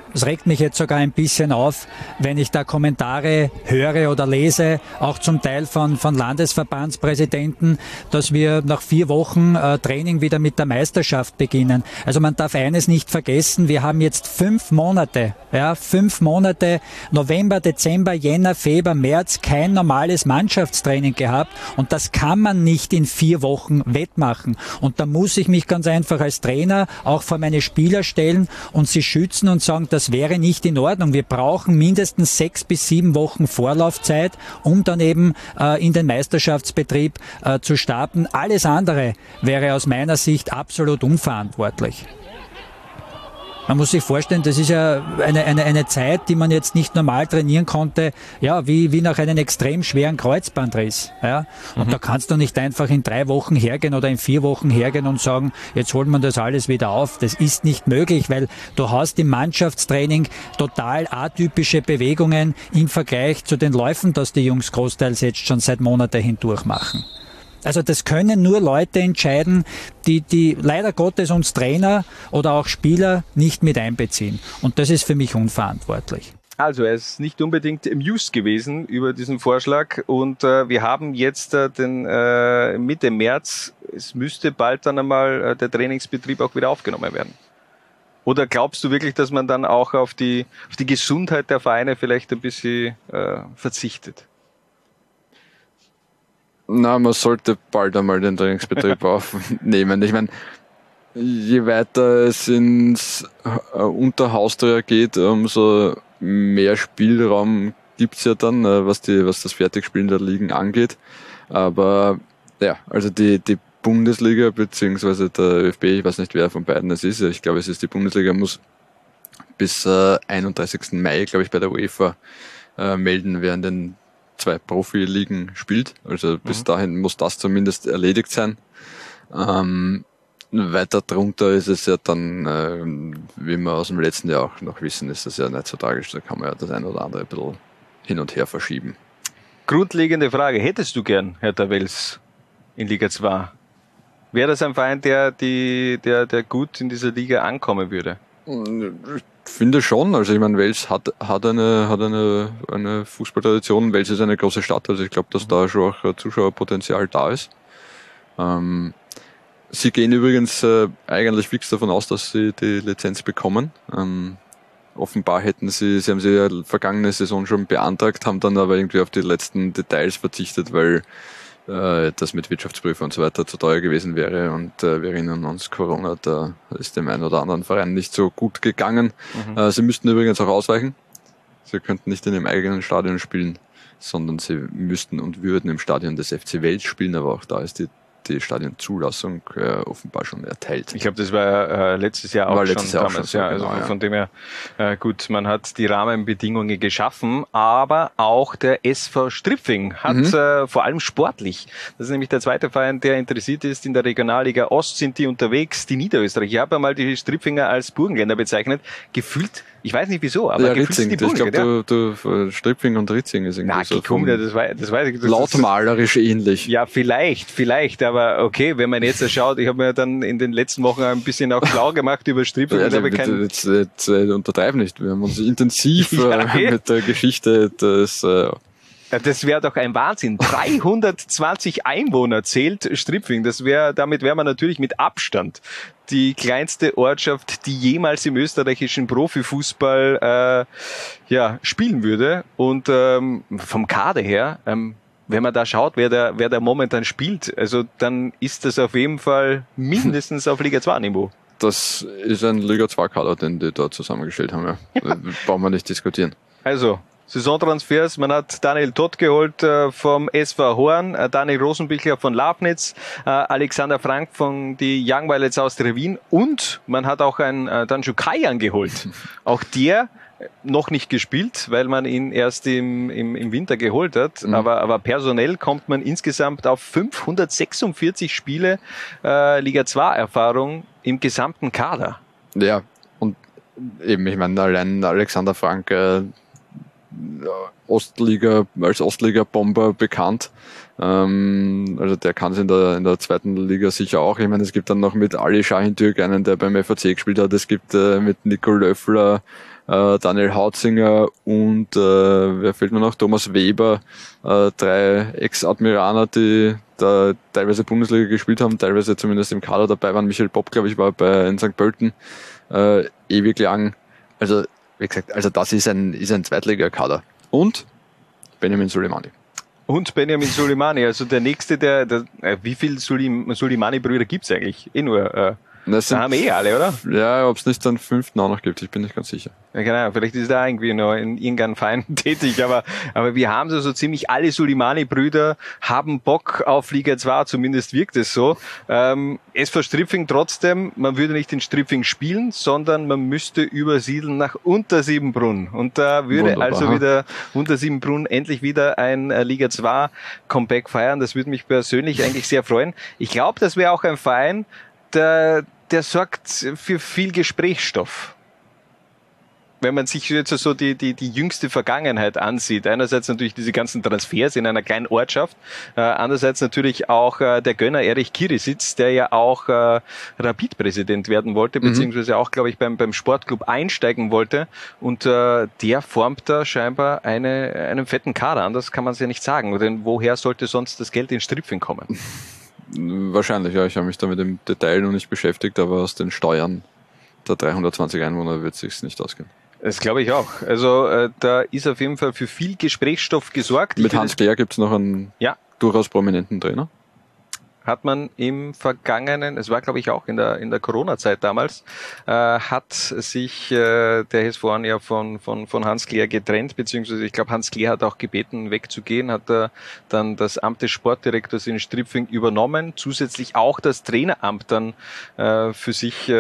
es regt mich jetzt sogar ein bisschen auf, wenn ich da Kommentare höre oder lese, auch zum Teil von Landesverbandspräsidenten, dass wir nach 4 Wochen Training wieder mit der Meisterschaft beginnen. Also man darf eines nicht vergessen, wir haben jetzt 5 Monate, 5 Monate, November, Dezember, Jänner, Februar, März, kein normales Mannschaftstraining gehabt und das kann man nicht in 4 Wochen wettmachen. Und da muss ich mich ganz einfach als Trainer auch vor meine Spieler stellen und sie schützen und sagen, das wäre nicht in Ordnung. Wir brauchen mindestens 6 bis 7 Wochen Vorlaufzeit, um dann eben in den Meisterschaftsbetrieb zu starten. Alles andere wäre aus meiner Sicht absolut unverantwortlich. Man muss sich vorstellen, das ist ja eine Zeit, die man jetzt nicht normal trainieren konnte, wie nach einem extrem schweren Kreuzbandriss. Ja? Und da kannst du nicht einfach in 3 Wochen hergehen oder in 4 Wochen hergehen und sagen, jetzt holt man das alles wieder auf. Das ist nicht möglich, weil du hast im Mannschaftstraining total atypische Bewegungen im Vergleich zu den Läufen, das die Jungs großteils jetzt schon seit Monaten hindurch machen. Also das können nur Leute entscheiden, die leider Gottes uns Trainer oder auch Spieler nicht mit einbeziehen. Und das ist für mich unverantwortlich. Also er ist nicht unbedingt amused gewesen über diesen Vorschlag und wir haben jetzt den Mitte März, es müsste bald dann einmal der Trainingsbetrieb auch wieder aufgenommen werden. Oder glaubst du wirklich, dass man dann auch auf die Gesundheit der Vereine vielleicht ein bisschen verzichtet? Na, man sollte bald einmal den Trainingsbetrieb aufnehmen. Ich meine, je weiter es ins Unterhausteuer geht, umso mehr Spielraum gibt's ja dann, was das Fertigspielen der Ligen angeht. Aber ja, also die Bundesliga beziehungsweise der ÖFB, ich weiß nicht, wer von beiden es ist, ich glaube, es ist die Bundesliga, muss bis 31. Mai, glaube ich, bei der UEFA melden, wer in den 2 Profiligen spielt. Also bis dahin muss das zumindest erledigt sein. Weiter drunter ist es ja dann, wie wir aus dem letzten Jahr auch noch wissen, ist das ja nicht so tragisch. Da kann man ja das ein oder andere ein bisschen hin und her verschieben. Grundlegende Frage. Hättest du gern Hertha Wels in Liga 2? Wäre das ein Verein, der gut in dieser Liga ankommen würde? Ich finde schon, also ich meine, Wels hat eine Fußballtradition. Wels ist eine große Stadt, also ich glaube, dass da schon auch Zuschauerpotenzial da ist. Sie gehen übrigens eigentlich fix davon aus, dass sie die Lizenz bekommen. Offenbar haben sie ja vergangene Saison schon beantragt, haben dann aber irgendwie auf die letzten Details verzichtet, weil das mit Wirtschaftsprüfer und so weiter zu teuer gewesen wäre und wir erinnern uns, Corona, da ist dem einen oder anderen Verein nicht so gut gegangen. Sie müssten übrigens auch ausweichen. Sie könnten nicht in ihrem eigenen Stadion spielen, sondern sie müssten und würden im Stadion des FC Wels spielen, aber auch da ist die Stadionzulassung offenbar schon erteilt. Ich glaube, das war letztes Jahr auch schon damals. Ja, also von dem her, gut, man hat die Rahmenbedingungen geschaffen, aber auch der SV Stripfing hat vor allem sportlich, das ist nämlich der zweite Verein, der interessiert ist, in der Regionalliga Ost sind die unterwegs, die Niederösterreich. Ich habe einmal die Stripfinger als Burgenländer bezeichnet, gefühlt, ich weiß nicht wieso, aber ja, gefühlt Ritzing, sind die Burgenländer. Ich glaube, Stripfing und Ritzing ist irgendwie das weiß ich. Lautmalerisch ähnlich. Ja, vielleicht, aber okay, wenn man jetzt schaut, ich habe mir dann in den letzten Wochen ein bisschen auch schlau gemacht über Stripfing. Jetzt untertreib nicht, wir haben uns intensiv mit der Geschichte des... Das wäre doch ein Wahnsinn. 320 Einwohner zählt Stripfing. Damit wäre man natürlich mit Abstand die kleinste Ortschaft, die jemals im österreichischen Profifußball spielen würde. Und vom Kader her, wenn man da schaut, wer da momentan spielt, also dann ist das auf jeden Fall mindestens auf Liga 2 Niveau. Das ist ein Liga 2 Kader, den die da zusammengestellt haben. Ja. Brauchen wir nicht diskutieren. Also Saisontransfers, man hat Daniel Todt geholt vom SV Horn, Daniel Rosenbichler von Lafnitz, Alexander Frank von die Young Violets aus Wien und man hat auch einen Danju Kayan geholt. Auch der noch nicht gespielt, weil man ihn erst im Winter geholt hat, aber personell kommt man insgesamt auf 546 Spiele Liga 2 Erfahrung im gesamten Kader. Ja, und eben, ich meine, allein Alexander Frank als Ostliga-Bomber bekannt. Also der kann es in der zweiten Liga sicher auch. Ich meine, es gibt dann noch mit Ali Şahintürk einen, der beim FAC gespielt hat. Es gibt mit Nico Löffler, Daniel Hautzinger und wer fehlt mir noch? Thomas Weber, 3 Ex-Admiraner, die da teilweise Bundesliga gespielt haben, teilweise zumindest im Kader dabei waren. Michael Popp, glaube ich, war in St. Pölten ewig lang. Also wie gesagt, also das ist ein Zweitligakader. Und Benjamin Suleimani. Und Benjamin Suleimani, also der nächste, wie viele Suleimani-Brüder gibt's eigentlich? Nur, da haben alle, oder? Ja, ob es nicht einen 5. auch noch gibt, ich bin nicht ganz sicher. Ja, genau, vielleicht ist er irgendwie noch in irgendeinem Verein tätig, aber wir haben so ziemlich alle Suleimani-Brüder haben Bock auf Liga 2, zumindest wirkt es so. SV Striffing trotzdem, man würde nicht in Striffing spielen, sondern man müsste übersiedeln nach Untersiebenbrunn. Und da würde also wieder Untersiebenbrunn endlich wieder ein Liga 2 Comeback feiern. Das würde mich persönlich eigentlich sehr freuen. Ich glaube, das wäre auch ein Verein, der sorgt für viel Gesprächsstoff. Wenn man sich jetzt so die jüngste Vergangenheit ansieht, einerseits natürlich diese ganzen Transfers in einer kleinen Ortschaft, andererseits natürlich auch der Gönner Erich Kirisitz, der ja auch Rapid-Präsident werden wollte, beziehungsweise auch, glaube ich, beim Sportclub einsteigen wollte, und der formt da scheinbar einen fetten Kader, anders kann man es ja nicht sagen, denn woher sollte sonst das Geld in Striffing kommen? Wahrscheinlich, ja. Ich habe mich da mit dem Detail noch nicht beschäftigt, aber aus den Steuern der 320 Einwohner wird es sich nicht ausgehen. Das glaube ich auch. Also da ist auf jeden Fall für viel Gesprächsstoff gesorgt. Mit Hans Klehr gibt es noch einen durchaus prominenten Trainer. Hat man im vergangenen, es war glaube ich auch in der Corona-Zeit damals, hat sich der HSV ja von Hans Klehr getrennt, beziehungsweise ich glaube Hans Klehr hat auch gebeten wegzugehen, hat dann das Amt des Sportdirektors in Striffing übernommen, zusätzlich auch das Traineramt dann für sich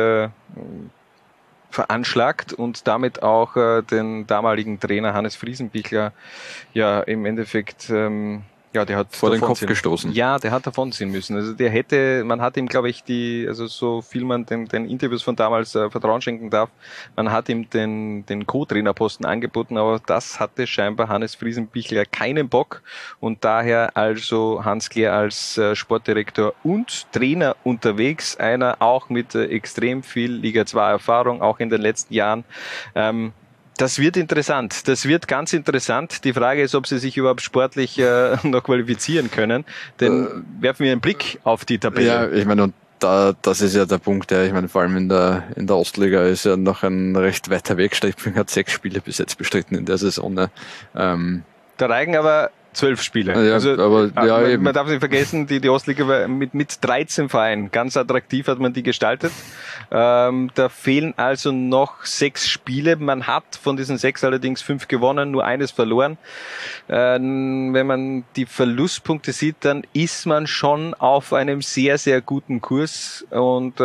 veranschlagt und damit auch den damaligen Trainer Hannes Friesenbichler ja im Endeffekt der hat vor den Kopf gestoßen. Ja, der hat davonziehen müssen. Also man hat ihm, glaube ich, also so viel man den Interviews von damals Vertrauen schenken darf, man hat ihm den Co-Trainerposten angeboten, aber das hatte scheinbar Hannes Friesenbichler keinen Bock, und daher also Hans Klehr als Sportdirektor und Trainer unterwegs, einer auch mit extrem viel Liga 2 Erfahrung, auch in den letzten Jahren. Das wird interessant. Das wird ganz interessant. Die Frage ist, ob sie sich überhaupt sportlich noch qualifizieren können. Denn werfen wir einen Blick auf die Tabelle. Ja, ich meine, und das ist ja der Punkt, ich meine, vor allem in der Ostliga ist ja noch ein recht weiter Weg. Striffing hat 6 Spiele bis jetzt bestritten in der Saison. Ne? Da reichen aber 12 Spiele. Ja, also, aber, man darf nicht vergessen, die Ostliga war mit 13 Vereinen. Ganz attraktiv hat man die gestaltet. Da fehlen also noch 6 Spiele. Man hat von diesen 6 allerdings 5 gewonnen, nur eines verloren. Wenn man die Verlustpunkte sieht, dann ist man schon auf einem sehr, sehr guten Kurs. Und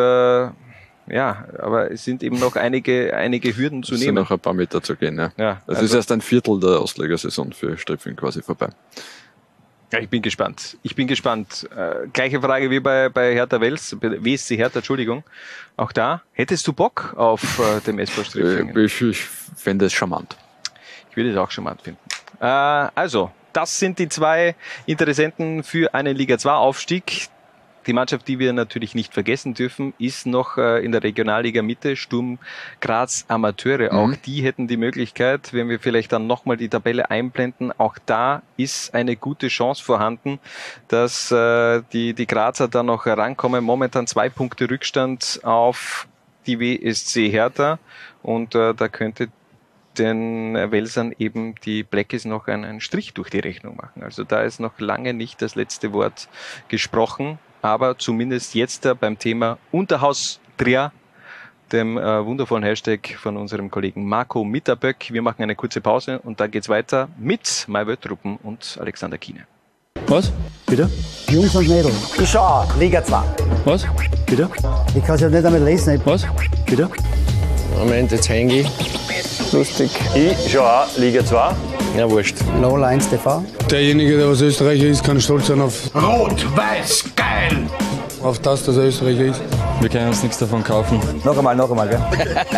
aber es sind eben noch einige Hürden zu nehmen. Es sind noch ein paar Meter zu gehen, ja. Das ist erst ein Viertel der Ostligasaison für Striffing quasi vorbei. Ja, ich bin gespannt. Gleiche Frage wie bei Hertha Wels, WSC Hertha, Entschuldigung. Auch da, hättest du Bock auf dem SV Striffingen? Ich fände es charmant. Ich würde es auch charmant finden. Also, das sind die 2 Interessenten für einen Liga 2 Aufstieg. Die Mannschaft, die wir natürlich nicht vergessen dürfen, ist noch in der Regionalliga Mitte, Sturm Graz Amateure. Auch die hätten die Möglichkeit, wenn wir vielleicht dann nochmal die Tabelle einblenden, auch da ist eine gute Chance vorhanden, dass die Grazer da noch herankommen. Momentan 2 Punkte Rückstand auf die WSC Hertha, und da könnte den Welsern eben die Blackies noch einen Strich durch die Rechnung machen. Also da ist noch lange nicht das letzte Wort gesprochen. Aber zumindest jetzt beim Thema Unterhaus Trier, dem wundervollen Hashtag von unserem Kollegen Marco Mitterböck. Wir machen eine kurze Pause und dann geht's weiter mit Mai Wöttruppen und Alexander Kiene. Was? Bitte? Jungs und Mädels. Ich schaue Liga 2. Was? Bitte? Ich kann es ja nicht damit lesen. Was? Bitte? Moment, jetzt hänge ich. Lustig. Ich schaue auch Liga 2. Ja, wurscht. Lowlines TV. Derjenige, der was Österreicher ist, kann stolz sein auf Rot-Weiß geil! Auf das, dass er Österreicher ist. Wir können uns nichts davon kaufen. Noch einmal, gell?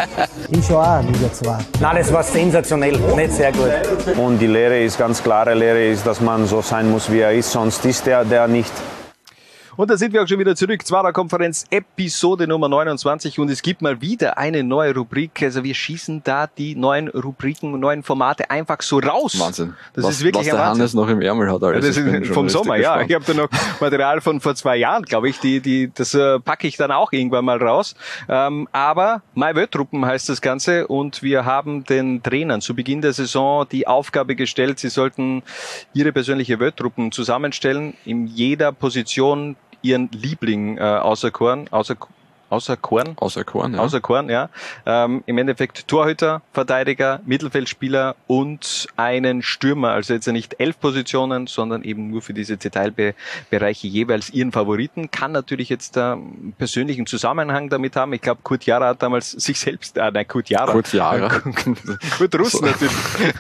Ich schon auch Liga 2. Nein, das war sensationell, nicht sehr gut. Und die Lehre ist ganz klare Lehre, ist, dass man so sein muss, wie er ist, sonst ist der nicht. Und da sind wir auch schon wieder zurück. Zwarer Konferenz, Episode Nummer 29. Und es gibt mal wieder eine neue Rubrik. Also wir schießen da die neuen Rubriken, neuen Formate einfach so raus. Wahnsinn. Das ist wirklich was der Hannes noch im Ärmel hat. Alles. Das ist vom Sommer, ja. Ich habe da noch Material von vor 2 Jahren, glaube ich. Das packe ich dann auch irgendwann mal raus. Aber MyWorld-Truppen heißt das Ganze. Und wir haben den Trainern zu Beginn der Saison die Aufgabe gestellt, sie sollten ihre persönliche World-Truppen zusammenstellen. In jeder Position ihren Liebling auserkoren, ja. Im Endeffekt Torhüter, Verteidiger, Mittelfeldspieler und einen Stürmer. Also jetzt nicht 11 Positionen, sondern eben nur für diese Detailbereiche jeweils ihren Favoriten. Kann natürlich jetzt einen persönlichen Zusammenhang damit haben. Ich glaube, Kurt Jara hat damals sich selbst, Kurt Russ natürlich.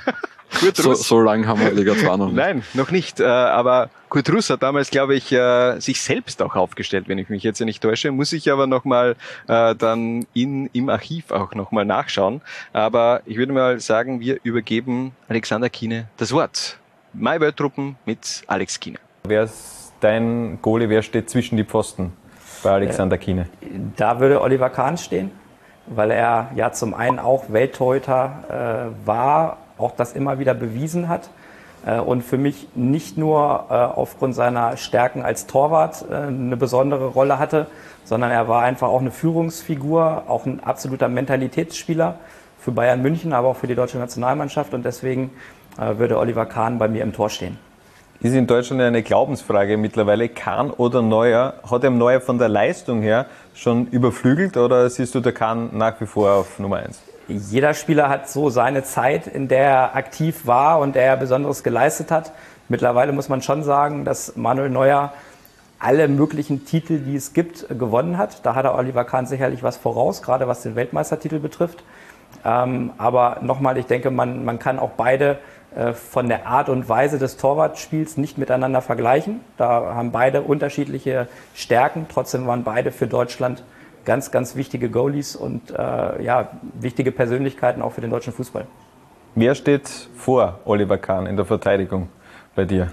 So lange haben wir Liga 2 noch nicht. Nein, noch nicht. Aber Kurt Russ hat damals, glaube ich, sich selbst auch aufgestellt, wenn ich mich jetzt nicht täusche. Muss ich aber nochmal dann im Archiv auch nochmal nachschauen. Aber ich würde mal sagen, wir übergeben Alexander Kiene das Wort. MyWorld-Truppen mit Alex Kiene. Wer ist dein Goalie? Wer steht zwischen die Pfosten bei Alexander Kiene? Da würde Oliver Kahn stehen, weil er ja zum einen auch Welttorhüter war, auch das immer wieder bewiesen hat und für mich nicht nur aufgrund seiner Stärken als Torwart eine besondere Rolle hatte, sondern er war einfach auch eine Führungsfigur, auch ein absoluter Mentalitätsspieler für Bayern München, aber auch für die deutsche Nationalmannschaft und deswegen würde Oliver Kahn bei mir im Tor stehen. Ist in Deutschland eine Glaubensfrage mittlerweile, Kahn oder Neuer? Hat er Neuer von der Leistung her schon überflügelt oder siehst du der Kahn nach wie vor auf Nummer 1? Jeder Spieler hat so seine Zeit, in der er aktiv war und der er Besonderes geleistet hat. Mittlerweile muss man schon sagen, dass Manuel Neuer alle möglichen Titel, die es gibt, gewonnen hat. Da hat er Oliver Kahn sicherlich was voraus, gerade was den Weltmeistertitel betrifft. Aber nochmal, ich denke, man kann auch beide von der Art und Weise des Torwartspiels nicht miteinander vergleichen. Da haben beide unterschiedliche Stärken. Trotzdem waren beide für Deutschland ganz, ganz wichtige Goalies und wichtige Persönlichkeiten auch für den deutschen Fußball. Wer steht vor Oliver Kahn in der Verteidigung bei dir?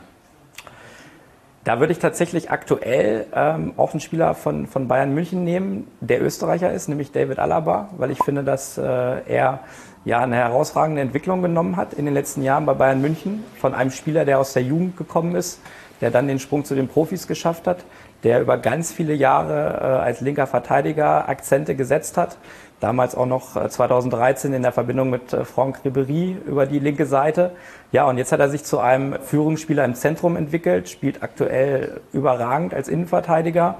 Da würde ich tatsächlich aktuell auch einen Spieler von Bayern München nehmen, der Österreicher ist, nämlich David Alaba, weil ich finde, dass er eine herausragende Entwicklung genommen hat in den letzten Jahren bei Bayern München. Von einem Spieler, der aus der Jugend gekommen ist, der dann den Sprung zu den Profis geschafft hat, der über ganz viele Jahre als linker Verteidiger Akzente gesetzt hat. Damals auch noch 2013 in der Verbindung mit Franck Ribéry über die linke Seite. Ja, und jetzt hat er sich zu einem Führungsspieler im Zentrum entwickelt, spielt aktuell überragend als Innenverteidiger,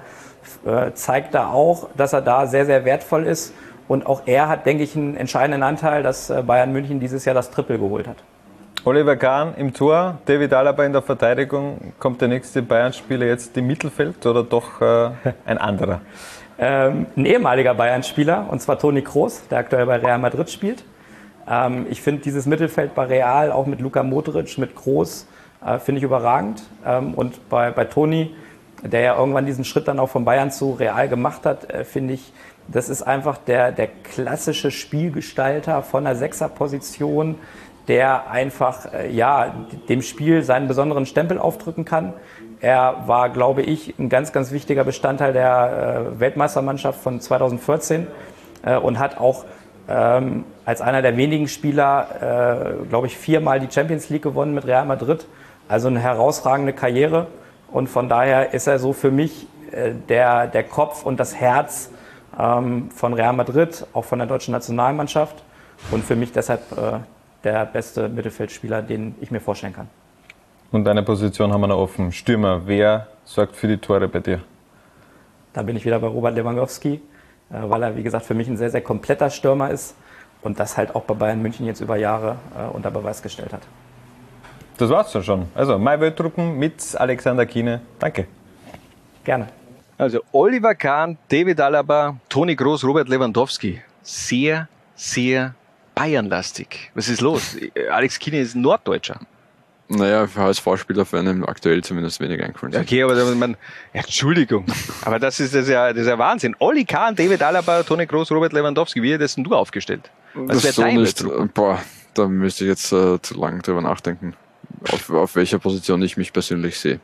zeigt da auch, dass er da sehr, sehr wertvoll ist. Und auch er hat, denke ich, einen entscheidenden Anteil, dass Bayern München dieses Jahr das Triple geholt hat. Oliver Kahn im Tor, David Alaba in der Verteidigung. Kommt der nächste Bayern-Spieler jetzt im Mittelfeld oder doch ein anderer? Ein ehemaliger Bayern-Spieler, und zwar Toni Kroos, der aktuell bei Real Madrid spielt. Ich finde dieses Mittelfeld bei Real, auch mit Luka Modric, mit Kroos, finde ich überragend. Und bei Toni, der ja irgendwann diesen Schritt dann auch von Bayern zu Real gemacht hat, finde ich, das ist einfach der klassische Spielgestalter von der Sechserposition, der einfach dem Spiel seinen besonderen Stempel aufdrücken kann. Er war, glaube ich, ein ganz, ganz wichtiger Bestandteil der Weltmeistermannschaft von 2014 und hat auch als einer der wenigen Spieler, glaube ich, 4-mal die Champions League gewonnen mit Real Madrid. Also eine herausragende Karriere und von daher ist er so für mich der Kopf und das Herz von Real Madrid, auch von der deutschen Nationalmannschaft und für mich deshalb der beste Mittelfeldspieler, den ich mir vorstellen kann. Und eine Position haben wir noch offen. Stürmer, wer sorgt für die Tore bei dir? Da bin ich wieder bei Robert Lewandowski, weil er, wie gesagt, für mich ein sehr, sehr kompletter Stürmer ist und das halt auch bei Bayern München jetzt über Jahre unter Beweis gestellt hat. Das war's dann schon. Also, MyWorld-Truppen mit Alexander Kiene. Danke. Gerne. Also, Oliver Kahn, David Alaba, Toni Kroos, Robert Lewandowski. Sehr, sehr Bayernlastig. Was ist los? Alex Kiene ist Norddeutscher. Naja, für HSV-Spieler für einen aktuell zumindest wenig eingefallen. Okay, aber Entschuldigung, aber das ist ja Wahnsinn. Oli Kahn, David Alaba, Toni Kroos, Robert Lewandowski, wie hättest denn du aufgestellt? Was Das wäre so dein nicht. Betrug? Boah, da müsste ich jetzt zu lang drüber nachdenken, auf welcher Position ich mich persönlich sehe.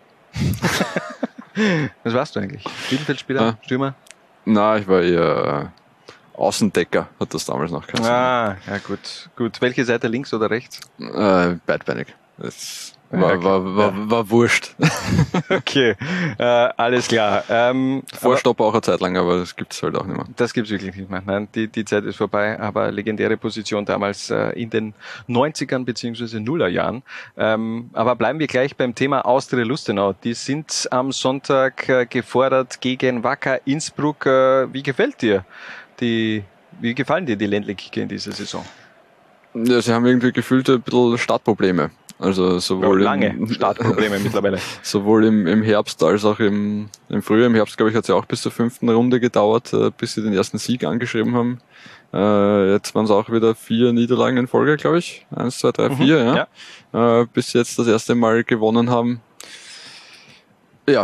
Was warst du eigentlich? Mittelfeldspieler? Stürmer? Na, ich war eher Außendecker, hat das damals noch geheißen. Ja, gut. Welche Seite, links oder rechts? Beidbeinig. Das war wurscht. Okay, alles klar. Vorstopp auch eine Zeit lang, aber das gibt's halt auch nicht mehr. Das gibt's wirklich nicht mehr. Nein, die Zeit ist vorbei, aber legendäre Position damals in den 90ern bzw. Nullerjahren. Aber bleiben wir gleich beim Thema Austria Lustenau. Die sind am Sonntag gefordert gegen Wacker Innsbruck. Wie gefällt dir wie gefallen dir die Ländle-Kicker in dieser Saison? Ja, sie haben irgendwie gefühlt ein bisschen Startprobleme. Also sowohl lange Startprobleme mittlerweile. Sowohl im Herbst als auch im Frühjahr. Im Herbst, glaube ich, hat es ja auch bis zur 5. Runde gedauert, bis sie den ersten Sieg angeschrieben haben. Jetzt waren es auch wieder 4 Niederlagen in Folge, glaube ich. 1, 2, 3, 4, ja. Bis sie jetzt das erste Mal gewonnen haben. Ja,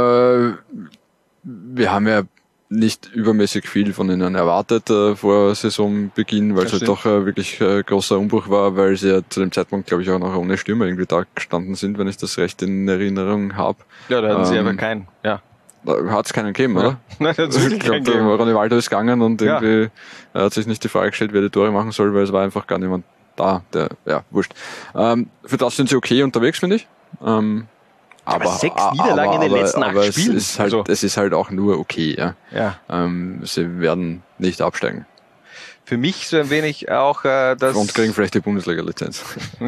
wir haben ja nicht übermäßig viel von ihnen erwartet vor Saisonbeginn, weil es halt doch wirklich großer Umbruch war, weil sie ja zu dem Zeitpunkt, glaube ich, auch noch ohne Stürmer irgendwie da gestanden sind, wenn ich das recht in Erinnerung habe. Ja, da hatten sie einfach keinen, ja. Da hat es keinen gegeben, oder? Nein, da hat es wirklich keinen gegeben. Ronivaldo ist gegangen und irgendwie hat sich nicht die Frage gestellt, wer die Tore machen soll, weil es war einfach gar niemand da. Wurscht. Für das sind sie okay unterwegs, finde ich. Aber 6 Niederlagen in den letzten 8 Spielen. Es ist halt auch nur okay, ja. Sie werden nicht absteigen. Für mich so ein wenig auch das... Und kriegen vielleicht die Bundesliga-Lizenz.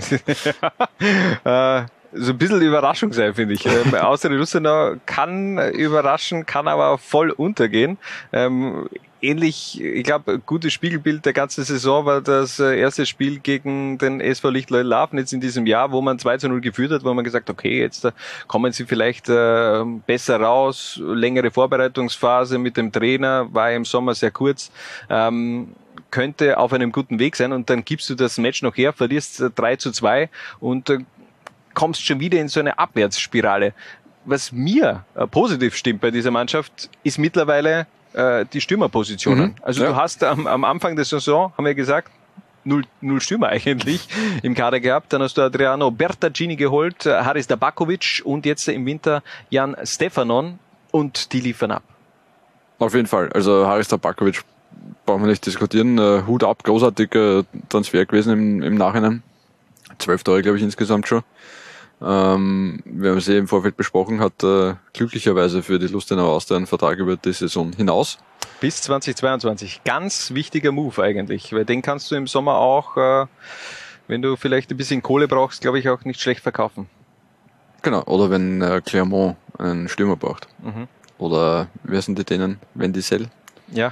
So ein bisschen Überraschung sein, finde ich. Austria Lustenau kann überraschen, kann aber voll untergehen. Ähnlich, ich glaube, gutes Spiegelbild der ganzen Saison war das erste Spiel gegen den SV Lichtleutelaufen jetzt in diesem Jahr, wo man 2:0 geführt hat, wo man gesagt hat, okay, jetzt kommen sie vielleicht besser raus, längere Vorbereitungsphase mit dem Trainer, war im Sommer sehr kurz, könnte auf einem guten Weg sein und dann gibst du das Match noch her, verlierst 3:2 und kommst schon wieder in so eine Abwärtsspirale. Was mir positiv stimmt bei dieser Mannschaft, ist mittlerweile die Stürmerpositionen. Also du hast am Anfang der Saison, haben wir gesagt, null Stürmer eigentlich im Kader gehabt. Dann hast du Adriano Bertaccini geholt, Haris Tabakovic und jetzt im Winter Jan Stefanon und die liefern ab. Auf jeden Fall. Also Haris Tabakovic brauchen wir nicht diskutieren. Hut ab, großartiger Transfer gewesen im Nachhinein. 12 Tore, glaube ich, insgesamt schon. Wir haben es im Vorfeld besprochen, hat glücklicherweise für die Lustenau Austria einen Vertrag über die Saison hinaus. Bis 2022. Ganz wichtiger Move eigentlich, weil den kannst du im Sommer auch, wenn du vielleicht ein bisschen Kohle brauchst, glaube ich, auch nicht schlecht verkaufen. Genau, oder wenn Clermont einen Stürmer braucht. Oder wer sind die denen? Wendisel? Ja.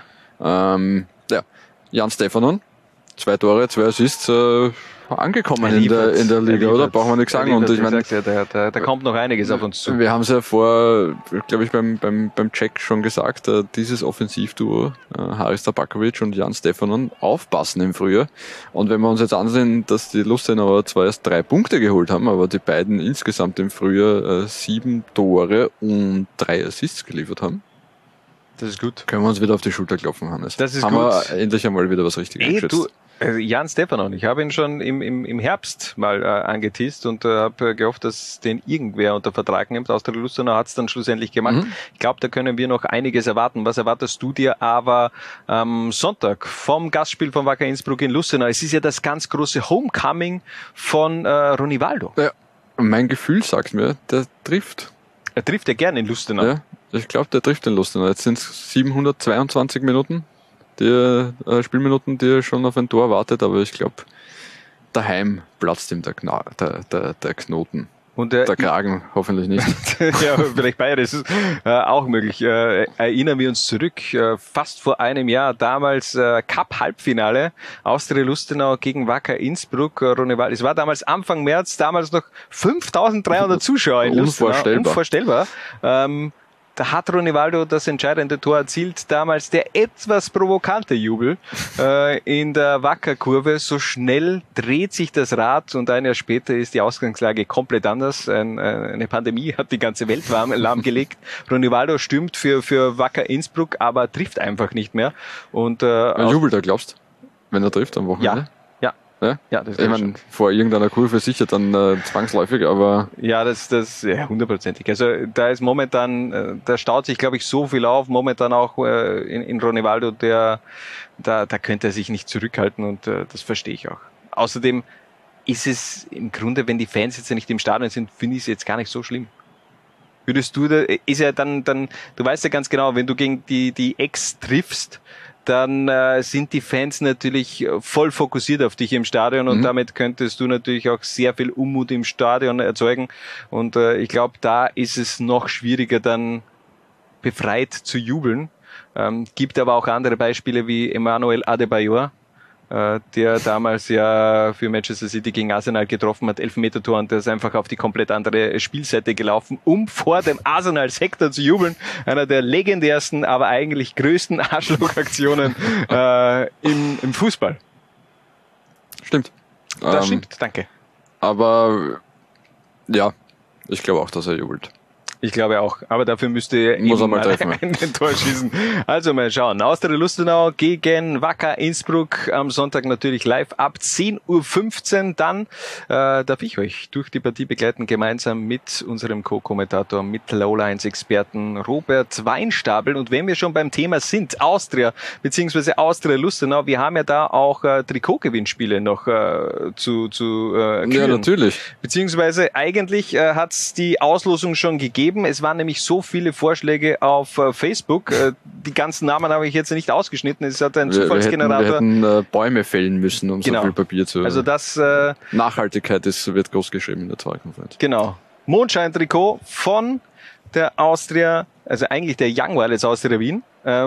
Jan Stefanon, 2 Tore, 2 Assists, angekommen in der Liga, oder? Brauchen wir nichts sagen. Und ich meine, da kommt noch einiges auf uns zu. Wir haben es ja vor, glaube ich, beim Check schon gesagt, dieses Offensivduo, Haris Tabakovic und Jan Stefanon, aufpassen im Frühjahr. Und wenn wir uns jetzt ansehen, dass die Lustenauer zwar erst 3 Punkte geholt haben, aber die beiden insgesamt im Frühjahr 7 Tore und 3 Assists geliefert haben. Das ist gut. Können wir uns wieder auf die Schulter klopfen, Hannes. Das ist haben gut. Wir endlich einmal wieder was Richtiges eingeschätzt. Jan Stefanon, ich habe ihn schon im Herbst mal angeteast und habe gehofft, dass den irgendwer unter Vertrag nimmt. Austria Lustenau hat es dann schlussendlich gemacht. Ich glaube, da können wir noch einiges erwarten. Was erwartest du dir aber am Sonntag vom Gastspiel von Wacker Innsbruck in Lustenau? Es ist ja das ganz große Homecoming von Ronivaldo. Ja, mein Gefühl sagt mir, der trifft. Er trifft ja gerne in Lustenau. Ja, ich glaube, der trifft in Lustenau. Jetzt sind es 722 Minuten. Die Spielminuten, die er schon auf ein Tor wartet, aber ich glaube, daheim platzt ihm der Knoten. Und der Kragen hoffentlich nicht. Ja, vielleicht beides. Auch möglich. Erinnern wir uns zurück, fast vor einem Jahr, damals Cup-Halbfinale, Austria Lustenau gegen Wacker Innsbruck. Es war damals Anfang März, damals noch 5.300 Zuschauer in Lustenau. Unvorstellbar. Da hat Ronivaldo das entscheidende Tor erzielt. Damals der etwas provokante Jubel in der Wacker-Kurve. So schnell dreht sich das Rad und ein Jahr später ist die Ausgangslage komplett anders. Eine Pandemie hat die ganze Welt lahmgelegt. Ronivaldo stürmt für Wacker Innsbruck, aber trifft einfach nicht mehr. Und jubelt er, glaubst du? wenn er trifft am Wochenende? Ja, das ich meine, vor irgendeiner Kurve sicher dann zwangsläufig, aber... Ja, das hundertprozentig. Also da ist momentan, da staut sich, glaube ich, so viel auf, momentan auch in Ronivaldo, da könnte er sich nicht zurückhalten und das verstehe ich auch. Außerdem ist es im Grunde, wenn die Fans jetzt nicht im Stadion sind, finde ich es jetzt gar nicht so schlimm. Würdest du, ist ja dann, du weißt ja ganz genau, wenn du gegen die Ex triffst, dann sind die Fans natürlich voll fokussiert auf dich im Stadion und damit könntest du natürlich auch sehr viel Unmut im Stadion erzeugen. Und ich glaube, da ist es noch schwieriger, dann befreit zu jubeln. Gibt aber auch andere Beispiele wie Emmanuel Adebayor, der damals ja für Manchester City gegen Arsenal getroffen hat, Elfmetertor, und der ist einfach auf die komplett andere Spielseite gelaufen, um vor dem Arsenal-Sektor zu jubeln. Einer der legendärsten, aber eigentlich größten Arschlochaktionen im Fußball. Stimmt. Das stimmt, danke. Aber ja, ich glaube auch, dass er jubelt. Ich glaube auch, aber dafür müsste er eben mal ein Tor schießen. Also mal schauen. Austria Lustenau gegen Wacker Innsbruck am Sonntag natürlich live ab 10:15 Uhr. Dann darf ich euch durch die Partie begleiten, gemeinsam mit unserem Co-Kommentator, mit Lowlines-Experten Robert Weinstapel. Und wenn wir schon beim Thema sind, Austria bzw. Austria Lustenau, wir haben ja da auch Trikotgewinnspiele noch zu küren. Ja, natürlich. Beziehungsweise eigentlich hat es die Auslosung schon gegeben. Es waren nämlich so viele Vorschläge auf Facebook. Die ganzen Namen habe ich jetzt nicht ausgeschnitten. Es hat ein Zufallsgenerator. Wir hätten Bäume fällen müssen, um so viel Papier zu... Also das... Nachhaltigkeit wird groß geschrieben in der Zweikampfheit. Genau. Mondschein-Trikot von der Austria, also eigentlich der Young Wireless Austria Wien.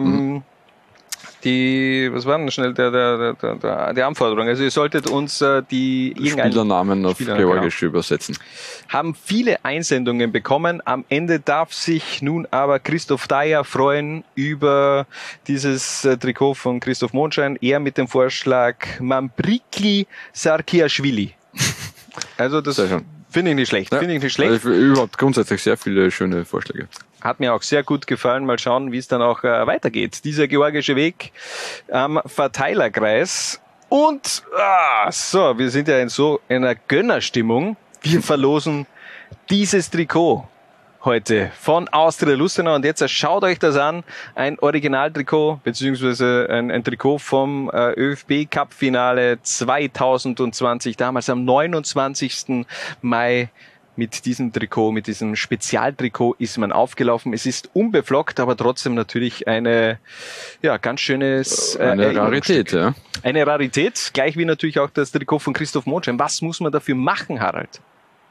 Was war denn schnell die Anforderung? Also ihr solltet uns die Spielernamen auf Georgisch übersetzen. Haben viele Einsendungen bekommen. Am Ende darf sich nun aber Christoph Dyer freuen über dieses Trikot von Christoph Mondschein. Er mit dem Vorschlag Mambrikli Sarkiashvili. Also das finde ich nicht schlecht. Ja, finde ich nicht schlecht. Also überhaupt grundsätzlich sehr viele schöne Vorschläge. Hat mir auch sehr gut gefallen. Mal schauen, wie es dann auch weitergeht. Dieser georgische Weg am Verteilerkreis. Und so, wir sind ja in so einer Gönnerstimmung. Wir verlosen dieses Trikot heute von Austria Lustenau. Und jetzt schaut euch das an. Ein Originaltrikot, beziehungsweise ein Trikot vom ÖFB-Cup-Finale 2020, damals am 29. Mai. Mit diesem Trikot, mit diesem Spezialtrikot ist man aufgelaufen. Es ist unbeflockt, aber trotzdem natürlich eine, ganz schönes eine Rarität, ja. Eine Rarität, gleich wie natürlich auch das Trikot von Christoph Mondschein. Was muss man dafür machen, Harald?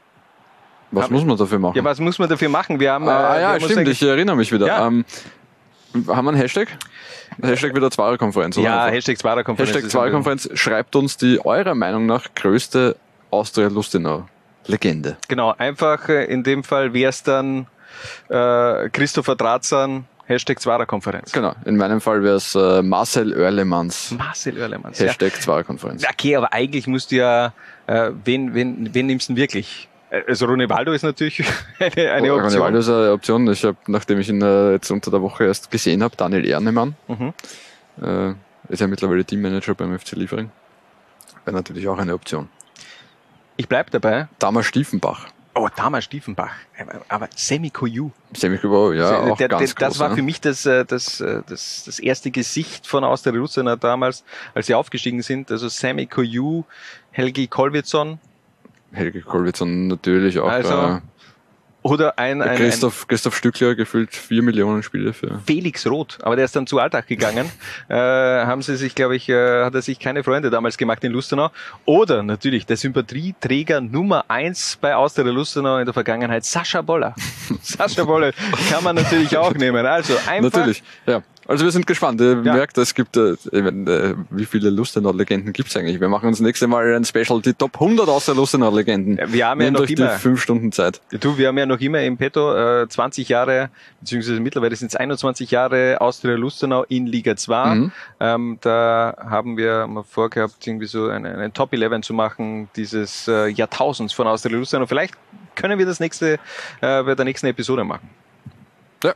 Was muss man dafür machen? Ja, was muss man dafür machen? Wir haben, stimmt, ich erinnere mich wieder. Ja. Haben wir einen Hashtag? Hashtag wieder Zweierkonferenz, oder? Ja, Hashtag Zweierkonferenz. Hashtag Zweierkonferenz. Schreibt uns die eurer Meinung nach größte Austria Lustenau Legende. Genau, einfach in dem Fall wäre es dann Christopher Dratzan, Hashtag Zweierkonferenz. Genau, in meinem Fall wäre es Marcel Oerlemans. Hashtag Zweierkonferenz. Okay, aber eigentlich musst du ja, wen nimmst du denn wirklich? Also Ronivaldo ist natürlich eine Option. Ronivaldo ist eine Option. Ich habe, nachdem ich ihn jetzt unter der Woche erst gesehen habe, Daniel Ernemann. Ist ja mittlerweile Teammanager beim FC Liefering. Wäre natürlich auch eine Option. Ich bleib dabei. Damals Stiefenbach. Oh, damals Stiefenbach. Aber Semi Koyu. Semi Koyu, ja, auch ganz groß. Das war für mich das erste Gesicht von Austria Lustenau damals, als sie aufgestiegen sind. Also Semi Koyu, Helgi Kolvitzson. Helgi Kolvitzson natürlich auch. Also, oder Christoph Stückler, gefühlt 4 Millionen Spiele für. Felix Roth, aber der ist dann zu Alltag gegangen. Haben sie sich, glaube ich, hat er sich keine Freunde damals gemacht in Lustenau. Oder natürlich der Sympathieträger Nummer 1 bei Austria Lustenau in der Vergangenheit, Sascha Boller. Sascha Boller kann man natürlich auch nehmen. Also einfach. Natürlich, ja. Also wir sind gespannt. Ihr merkt, es gibt, wie viele Lustenau-Legenden gibt's eigentlich? Wir machen uns nächste Mal ein Special, die Top 100 aus der Lustenau-Legenden. Wir haben ja noch immer die 5 Stunden Zeit. Wir haben ja noch immer im Petto 20 Jahre, beziehungsweise mittlerweile sind es 21 Jahre Austria Lustenau in Liga 2. Da haben wir mal vorgehabt, irgendwie so einen Top 11 zu machen, dieses Jahrtausends von Austria Lustenau. Vielleicht können wir das bei der nächsten Episode machen. Ja.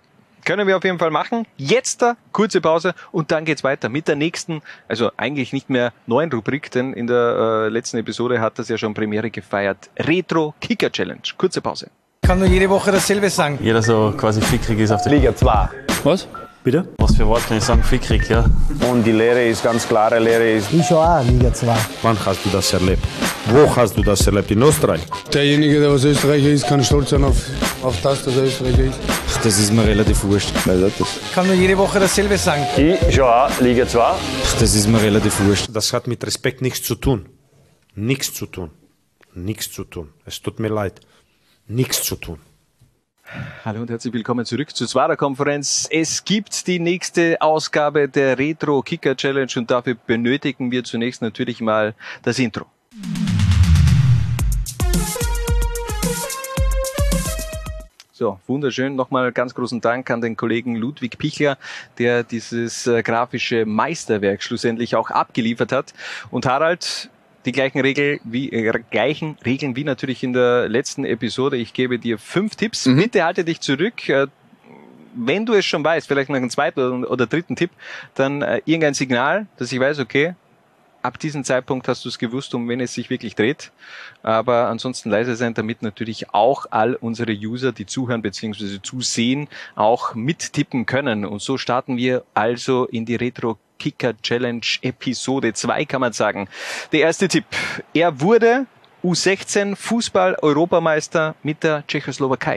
können wir auf jeden Fall machen. Jetzt da kurze Pause und dann geht's weiter mit der nächsten, also eigentlich nicht mehr neuen Rubrik, denn in der letzten Episode hat das ja schon Premiere gefeiert. Retro Kicker Challenge. Kurze Pause. Ich kann nur jede Woche dasselbe sagen. Jeder so quasi fickrig ist auf der Liga 2. Was? Bitte? Was für Wort kann ich sagen? Fickrig, ja. Und die Lehre ist ganz klare Lehre ist. Ich schon auch Liga 2. Wann hast du das erlebt? Wo hast du das erlebt? In Österreich? Derjenige, der was Österreicher ist, kann stolz sein auf das, dass er Österreicher ist. Das ist mir relativ wurscht. Ich kann nur jede Woche dasselbe sagen. Ich schon auch Liga 2. Das ist mir relativ wurscht. Das hat mit Respekt nichts zu tun. Nichts zu tun. Nichts zu tun. Es tut mir leid. Nichts zu tun. Hallo und herzlich willkommen zurück zur Zwara-Konferenz. Es gibt die nächste Ausgabe der Retro Kicker Challenge und dafür benötigen wir zunächst natürlich mal das Intro. So, wunderschön. Nochmal ganz großen Dank an den Kollegen Ludwig Pichler, der dieses grafische Meisterwerk schlussendlich auch abgeliefert hat. Und Harald, die gleichen Regeln wie natürlich in der letzten Episode. Ich gebe dir 5 Tipps. Bitte halte dich zurück. Wenn du es schon weißt, vielleicht noch einen zweiten oder dritten Tipp, dann irgendein Signal, dass ich weiß, okay, ab diesem Zeitpunkt hast du es gewusst, um wen es sich wirklich dreht. Aber ansonsten leise sein, damit natürlich auch all unsere User, die zuhören bzw. zusehen, auch mittippen können. Und so starten wir also in die Retro Kicker Challenge Episode 2, kann man sagen. Der erste Tipp. Er wurde U16 Fußball-Europameister mit der Tschechoslowakei.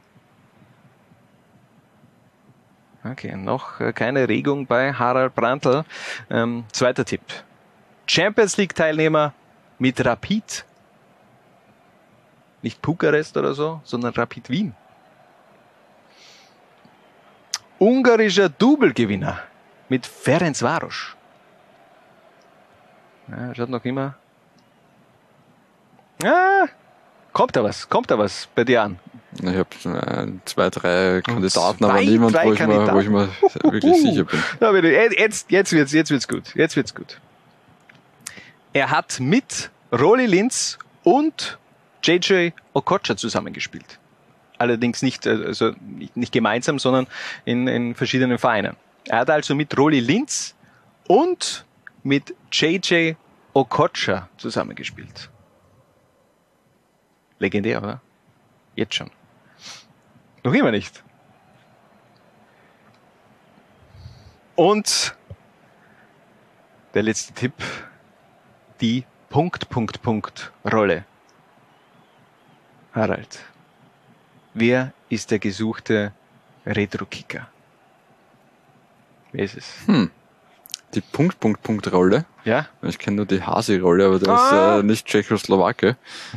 Okay, noch keine Regung bei Harald Brandl. Zweiter Tipp. Champions League Teilnehmer mit Rapid. Nicht Bukarest oder so, sondern Rapid Wien. Ungarischer Double-Gewinner mit Ferencváros. Ja, schaut noch immer. Kommt da was bei dir an? Ich habe 2, 3 Kandidaten, aber niemand, wo ich mir wirklich sicher bin. Jetzt wird's gut. Jetzt wird's gut. Er hat mit Rolly Linz und JJ Okocha zusammengespielt. Allerdings nicht gemeinsam, sondern in verschiedenen Vereinen. Er hat also mit Rolly Linz und mit JJ Okocha zusammengespielt. Legendär, oder? Jetzt schon. Noch immer nicht. Und der letzte Tipp. Die Rolle. Harald, wer ist der gesuchte Retro-Kicker? Wer ist es? Die Rolle? Ja. Ich kenne nur die Hasi-Rolle, aber das ist nicht Tschechoslowake.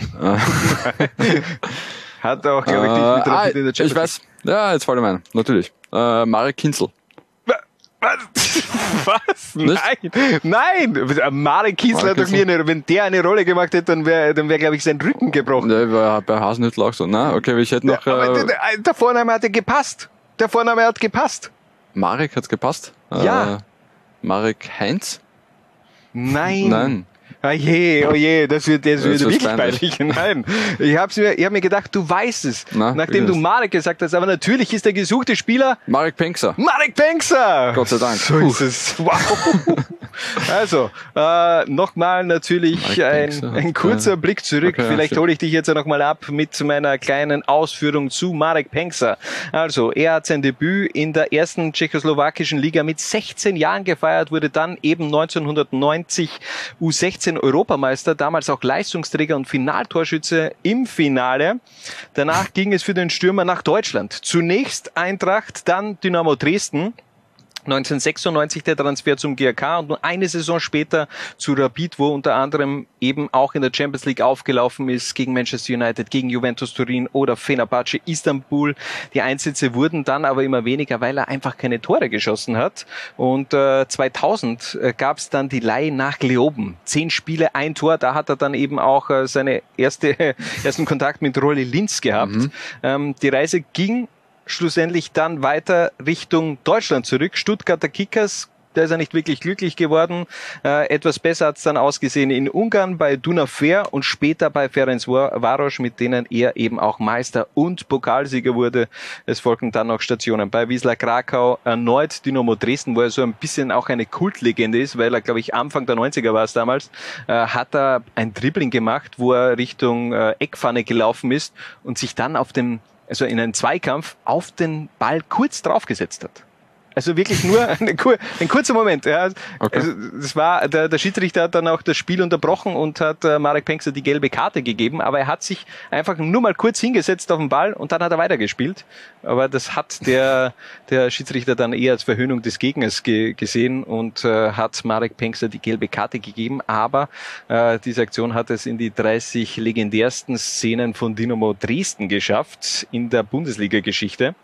Hat auch, glaube ich, nicht mit Rapid in der Champions League. Ich weiß. Ja, jetzt fällt mir ein. Natürlich. Marek Kinzel. Was? Nein! Marek Kiesler hat doch nie wenn der eine Rolle gemacht hätte, dann wäre, glaube ich, sein Rücken gebrochen. Ja, war bei Hasenhüttl auch so. Na, okay, ich hätte noch... aber der Vorname hat gepasst. Marek hat's gepasst? Ja. Marek Heinz? Nein. Oh je, das wird wirklich peinlich. Nein. Ich hab mir gedacht, du weißt es. Nachdem du Marek gesagt hast, aber natürlich ist der gesuchte Spieler Marek Penkser. Gott sei Dank. So ist es. Wow. Also, nochmal natürlich ein kurzer Blick zurück. Okay, vielleicht hole ich dich jetzt nochmal ab mit meiner kleinen Ausführung zu Marek Penksa. Also, er hat sein Debüt in der ersten tschechoslowakischen Liga mit 16 Jahren gefeiert, wurde dann eben 1990 U16 Europameister, damals auch Leistungsträger und Finaltorschütze im Finale. Danach ging es für den Stürmer nach Deutschland. Zunächst Eintracht, dann Dynamo Dresden. 1996 der Transfer zum GRK und nur eine Saison später zu Rapid, wo unter anderem eben auch in der Champions League aufgelaufen ist, gegen Manchester United, gegen Juventus Turin oder Fenerbahce Istanbul. Die Einsätze wurden dann aber immer weniger, weil er einfach keine Tore geschossen hat. Und 2000 gab es dann die Leihe nach Leoben. 10 Spiele, 1 Tor. Da hat er dann eben auch seine ersten Kontakt mit Rolly Linz gehabt. Die Reise ging schlussendlich dann weiter Richtung Deutschland zurück. Stuttgarter Kickers Da ist er nicht wirklich glücklich geworden. Etwas besser hat es dann ausgesehen in Ungarn bei Dunafer und später bei Ferencváros, mit denen er eben auch Meister und Pokalsieger wurde. Es folgten dann noch Stationen bei Wisła Krakau, erneut Dynamo Dresden, wo er so ein bisschen auch eine Kultlegende ist, weil er, glaube ich, Anfang der 90er war es damals, hat er ein Dribbling gemacht, wo er Richtung Eckpfanne gelaufen ist und sich dann in einen Zweikampf auf den Ball kurz draufgesetzt hat. Also wirklich nur ein kurzer Moment. Ja. Okay. Also das war, der Schiedsrichter hat dann auch das Spiel unterbrochen und hat Marek Penksa die gelbe Karte gegeben, aber er hat sich einfach nur mal kurz hingesetzt auf den Ball und dann hat er weitergespielt. Aber das hat der Schiedsrichter dann eher als Verhöhnung des Gegners gesehen und hat Marek Penksa die gelbe Karte gegeben. Aber diese Aktion hat es in die 30 legendärsten Szenen von Dynamo Dresden geschafft in der Bundesliga-Geschichte.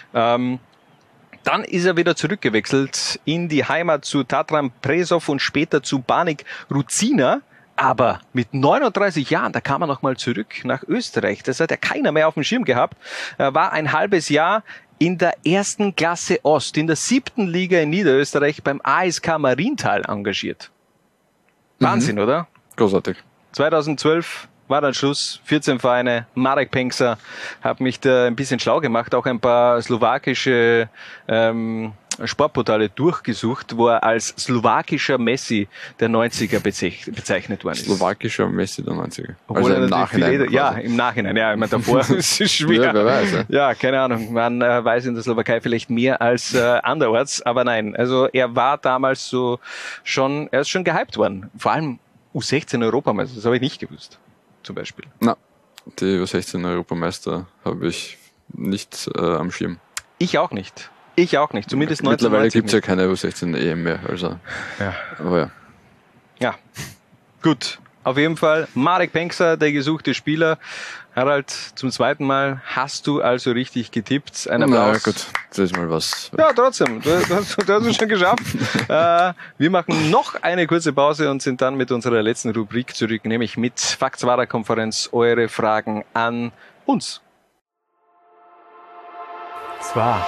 Dann ist er wieder zurückgewechselt in die Heimat zu Tatran Prešov und später zu Baník Ruzyně. Aber mit 39 Jahren, da kam er nochmal zurück nach Österreich. Das hat ja keiner mehr auf dem Schirm gehabt. Er war ein halbes Jahr in der 1. Klasse Ost, in der 7. Liga in Niederösterreich beim ASK Marienthal engagiert. Wahnsinn, oder? Großartig. 2012 war dann Schluss, 14 Vereine, Marek Penksa, habe mich da ein bisschen schlau gemacht, auch ein paar slowakische Sportportale durchgesucht, wo er als slowakischer Messi der 90er bezeichnet worden ist. Slowakischer Messi der 90er. Obwohl also im Nachhinein. Im Nachhinein, ja, ich meine, davor ist es schwer. Ja, wer weiß. Ja, keine Ahnung, man weiß in der Slowakei vielleicht mehr als anderorts, aber nein, also er war damals er ist schon gehypt worden, vor allem U16 Europameister, das habe ich nicht gewusst. Zum Beispiel. Na, die U16 Europameister habe ich nicht am Schirm. Ich auch nicht. Zumindest 1990. Mittlerweile gibt es ja keine U16 EM mehr. Also. Ja. Aber ja. Ja, gut. Auf jeden Fall Marek Penksa, der gesuchte Spieler. Harald, zum zweiten Mal hast du also richtig getippt. Ein Applaus. Na gut, das ist mal was. Ja, trotzdem, du hast es schon geschafft. Wir machen noch eine kurze Pause und sind dann mit unserer letzten Rubrik zurück, nämlich mit Faktsvara-Konferenz, eure Fragen an uns. Zwar.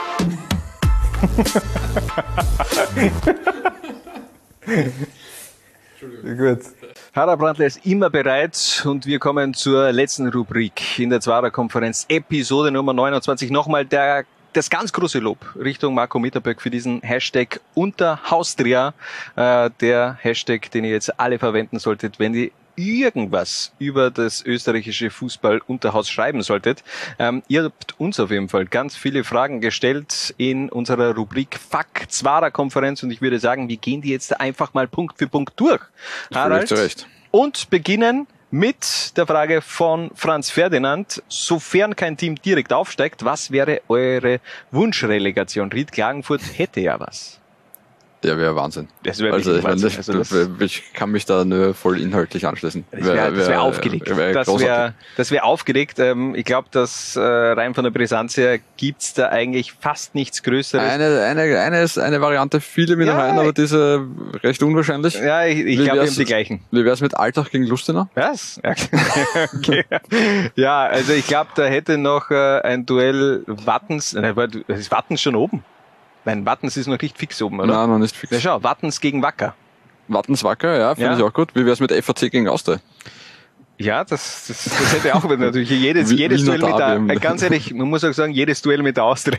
Gut. Harald Brandler ist immer bereit und wir kommen zur letzten Rubrik in der Zwarer-Konferenz, Episode Nummer 29. Nochmal das ganz große Lob Richtung Marco Mitterböck für diesen Hashtag Unterhaustria, der Hashtag, den ihr jetzt alle verwenden solltet, wenn ihr irgendwas über das österreichische Fußball-Unterhaus schreiben solltet. Ihr habt uns auf jeden Fall ganz viele Fragen gestellt in unserer Rubrik Faktsvara-Konferenz und ich würde sagen, wir gehen die jetzt einfach mal Punkt für Punkt durch. Harald, und beginnen mit der Frage von Franz Ferdinand. Sofern kein Team direkt aufsteigt, was wäre eure Wunschrelegation? Ried Klagenfurt hätte ja was. Ja, wäre Wahnsinn. Das wäre Wahnsinn. Ich kann mich da nur voll inhaltlich anschließen. Das wäre aufgelegt. Das wäre aufgelegt. Ich glaube, dass rein von der Brisanz her gibt's da eigentlich fast nichts Größeres. Eine Variante, viele mit rein, aber diese recht unwahrscheinlich. Ja, ich glaube, wir haben die gleichen. Wie wär's mit Altach gegen Lustenau? Was? Okay. Ja, also ich glaube, da hätte noch ein Duell Wattens, ist Wattens schon oben? Nein, Wattens ist noch nicht fix oben, oder? Nein, noch nicht fix. Na schau, Wattens gegen Wacker. Wattens Wacker, ja, finde ich auch gut. Wie wär's mit FAC gegen Austria? Ja, das hätte auch natürlich jedes Duell mit der, ganz ehrlich, man muss auch sagen, jedes Duell mit der Austria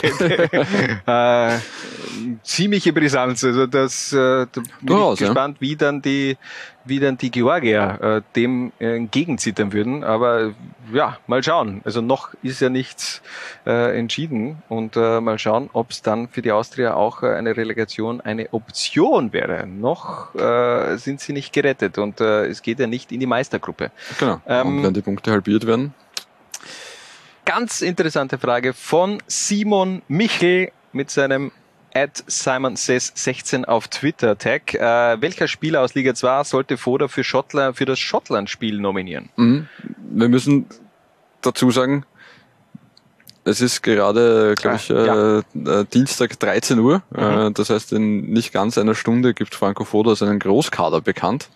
ziemliche Brisanz. Also da bin ich gespannt, wie dann die Georgier dem entgegenzittern würden. Aber ja, mal schauen. Also noch ist ja nichts entschieden und mal schauen, ob es dann für die Austria auch eine Relegation eine Option wäre. Noch sind sie nicht gerettet und es geht ja nicht in die Meistergruppe. Genau. Und wenn die Punkte halbiert werden. Ganz interessante Frage von Simon Michel mit seinem @SimonSays16 auf Twitter-Tag. Welcher Spieler aus Liga 2 sollte Foda für das Schottland-Spiel nominieren? Wir müssen dazu sagen, es ist gerade, glaube ich, Dienstag 13 Uhr. Das heißt, in nicht ganz einer Stunde gibt Franco Foda seinen Großkader bekannt.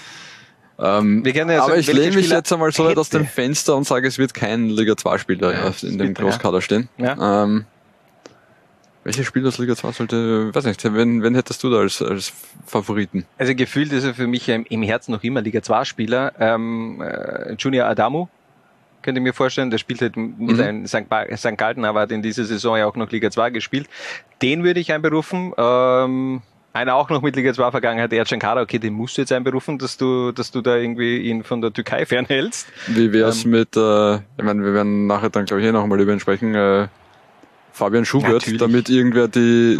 Aber ich lehne mich jetzt einmal so weit aus dem Fenster und sage, es wird kein Liga 2-Spieler in dem Großkader stehen. Ja. Welcher Spieler aus Liga 2 sollte, weiß nicht, wen hättest du da als Favoriten? Also gefühlt ist er für mich im Herzen noch immer Liga 2 Spieler. Junior Adamu, könnte ich mir vorstellen, der spielt halt mit einem St. Gallen, aber hat in dieser Saison ja auch noch Liga 2 gespielt. Den würde ich einberufen. Einer auch noch mit Liga 2 Vergangenheit, Ercan Kara, okay, den musst du jetzt einberufen, dass du da irgendwie ihn von der Türkei fernhältst. Wie wär's mit, ich meine, wir werden nachher dann, glaube ich, nochmal über ihn sprechen, Fabian Schubert, natürlich. Damit irgendwer die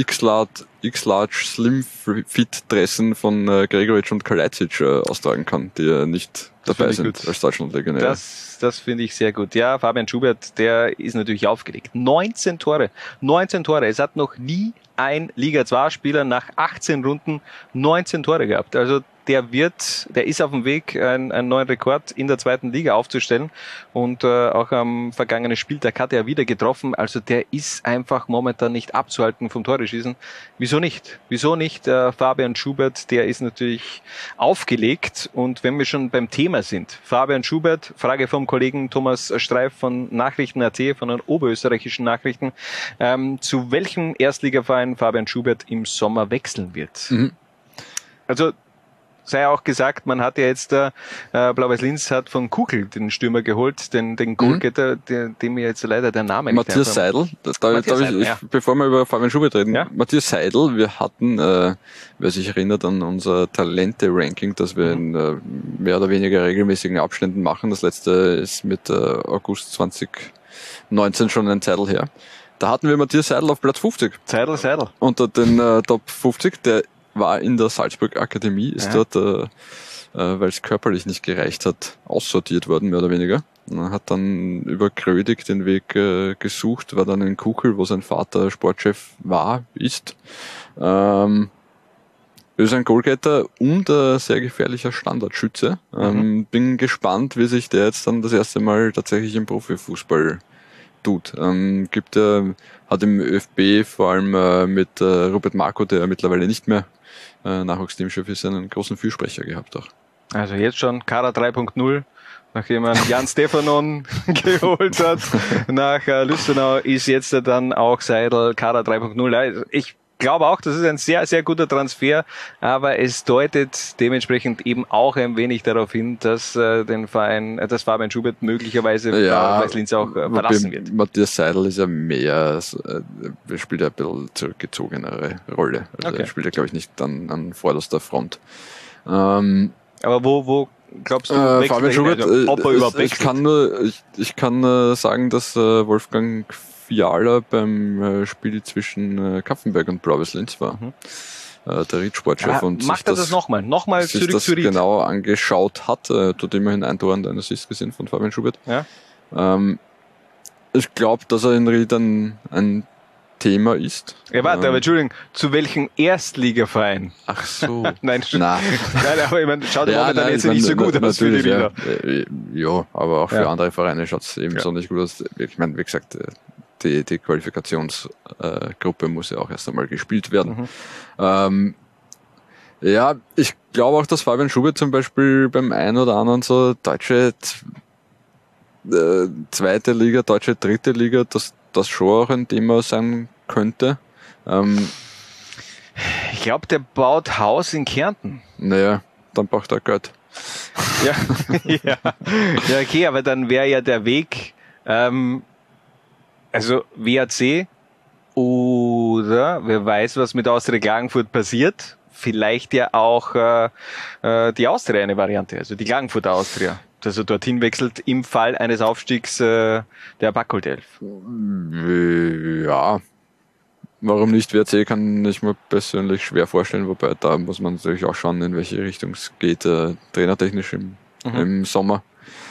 X-Large Slim Fit Dressen von Gregoritsch und Kalajdzic austragen kann, die ja nicht dabei sind als Deutschland-Legionäre. Das finde ich sehr gut. Ja, Fabian Schubert, der ist natürlich aufgelegt. 19 Tore. Es hat noch nie ein Liga-2-Spieler nach 18 Runden 19 Tore gehabt. Also der ist auf dem Weg, einen neuen Rekord in der zweiten Liga aufzustellen. Und auch am vergangenen Spieltag hat er wieder getroffen. Also der ist einfach momentan nicht abzuhalten vom Tore-Schießen. Wieso nicht? Fabian Schubert, der ist natürlich aufgelegt. Und wenn wir schon beim Thema sind, Fabian Schubert, Frage vom Kollegen Thomas Streif von Nachrichten.at, von den oberösterreichischen Nachrichten, zu welchem Erstligaverein Fabian Schubert im Sommer wechseln wird. Also sei auch gesagt, man hat ja jetzt Blau-Weiß Linz hat von Kugel den Stürmer geholt, den Goalgetter, dem mir jetzt leider der Name Matthias Seidel. Bevor wir über Fabian Schubert reden, Matthias Seidel, wir hatten, wer sich erinnert an unser Talente-Ranking, das wir in mehr oder weniger regelmäßigen Abständen machen. Das letzte ist mit August 2019 schon ein Zeitl her. Da hatten wir Matthias Seidel auf Platz 50. Seidel. Unter den Top 50, der war in der Salzburg Akademie, ist dort, weil es körperlich nicht gereicht hat, aussortiert worden, mehr oder weniger. Und hat dann über Grödig den Weg gesucht, war dann in Kuchel, wo sein Vater Sportchef ist. Ist ein Goalgetter und ein sehr gefährlicher Standardschütze. Bin gespannt, wie sich der jetzt dann das erste Mal tatsächlich im Profifußball tut. Hat im ÖFB vor allem mit Robert Marko, der mittlerweile nicht mehr Nachwuchsteamchef ist, einen großen Fürsprecher gehabt auch. Also jetzt schon Kara 3.0, nachdem man Jan Stefanon geholt hat, nach Lüstenau ist jetzt dann auch Seidel Kara 3.0. Ich glaube auch, das ist ein sehr, sehr guter Transfer, aber es deutet dementsprechend eben auch ein wenig darauf hin, dass dass Fabian Schubert möglicherweise Blau-Weiß Linz auch verlassen wird. Matthias Seidel ist ja mehr, spielt ja ein bisschen zurückgezogenere Rolle. Also er spielt ja, glaube ich, nicht an vorderster Front. Aber wo glaubst du, Fabian Schubert, ob er überhaupt wechselt? Ich kann sagen, dass Wolfgang Fiala beim Spiel zwischen Kapfenberg und Blau-Weiß Linz war. Der Ried-Sportchef. Und macht er das nochmal zurück zu Ried? Genau angeschaut hat, dort immerhin ein Tor und ein Assist gesehen von Fabian Schubert. Ja. Ich glaube, dass er in Ried ein Thema ist. Ja, warte, aber Entschuldigung, zu welchem Erstligaverein? Ach so. Nein, aber ich meine, schaut momentan jetzt nicht so gut aus für die Rieder. Ja, aber auch für andere Vereine schaut es eben so nicht gut aus. Ich meine, wie gesagt, die Qualifikationsgruppe muss ja auch erst einmal gespielt werden. Ich glaube auch, dass Fabian Schubert zum Beispiel beim einen oder anderen so deutsche zweite Liga, deutsche dritte Liga, dass das schon auch ein Thema sein könnte. Ich glaube, der baut Haus in Kärnten. Naja, dann braucht er Geld. Ja, okay, aber dann wäre ja der Weg, also WAC oder wer weiß, was mit Austria Klagenfurt passiert, vielleicht ja auch die Austria eine Variante, also die Klagenfurter Austria, dass er dorthin wechselt im Fall eines Aufstiegs der Backholt 11. Ja, warum nicht? WRC kann ich mir persönlich schwer vorstellen, wobei da muss man natürlich auch schauen, in welche Richtung es geht, trainertechnisch im Sommer.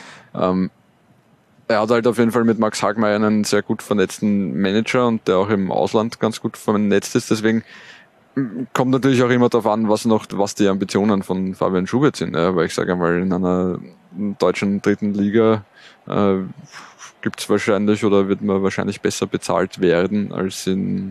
Er hat halt auf jeden Fall mit Max Hagmeier einen sehr gut vernetzten Manager und der auch im Ausland ganz gut vernetzt ist. Deswegen kommt natürlich auch immer darauf an, was die Ambitionen von Fabian Schubert sind. Ja, weil ich sage einmal, in einer deutschen dritten Liga gibt's wahrscheinlich oder wird man wahrscheinlich besser bezahlt werden als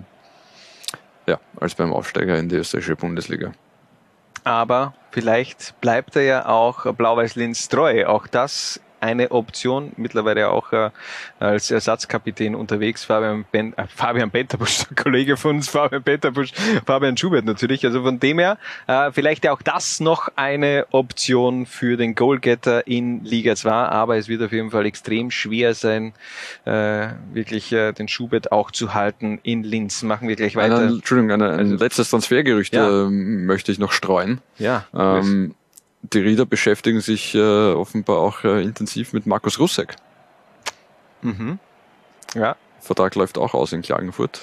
beim Aufsteiger in die österreichische Bundesliga. Aber vielleicht bleibt er ja auch Blau-Weiß Linz treu. Auch das eine Option, mittlerweile auch als Ersatzkapitän unterwegs, Fabian Benterbusch, der Kollege von uns, Fabian Benterbusch, Fabian Schubert natürlich, also von dem her vielleicht auch das noch eine Option für den Goalgetter in Liga 2, aber es wird auf jeden Fall extrem schwer sein, wirklich den Schubert auch zu halten in Linz. Machen wir gleich weiter. Ein letztes Transfergerücht möchte ich noch streuen. Ja. Die Rieder beschäftigen sich offenbar auch intensiv mit Markus Russek. Mhm. Ja. Vertrag läuft auch aus in Klagenfurt.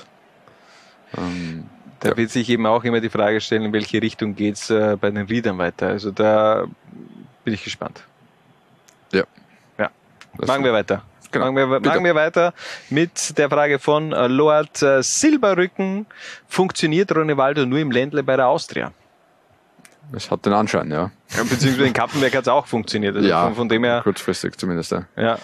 Da wird sich eben auch immer die Frage stellen, in welche Richtung geht's bei den Riedern weiter. Also da bin ich gespannt. Ja. Machen wir weiter. Genau. Machen wir weiter mit der Frage von Lord Silberrücken. Funktioniert Ronaldo nur im Ländle bei der Austria? Es hat den Anschein, ja. Beziehungsweise in Kapfenberg hat es auch funktioniert. Also von dem her. Kurzfristig zumindest, ja.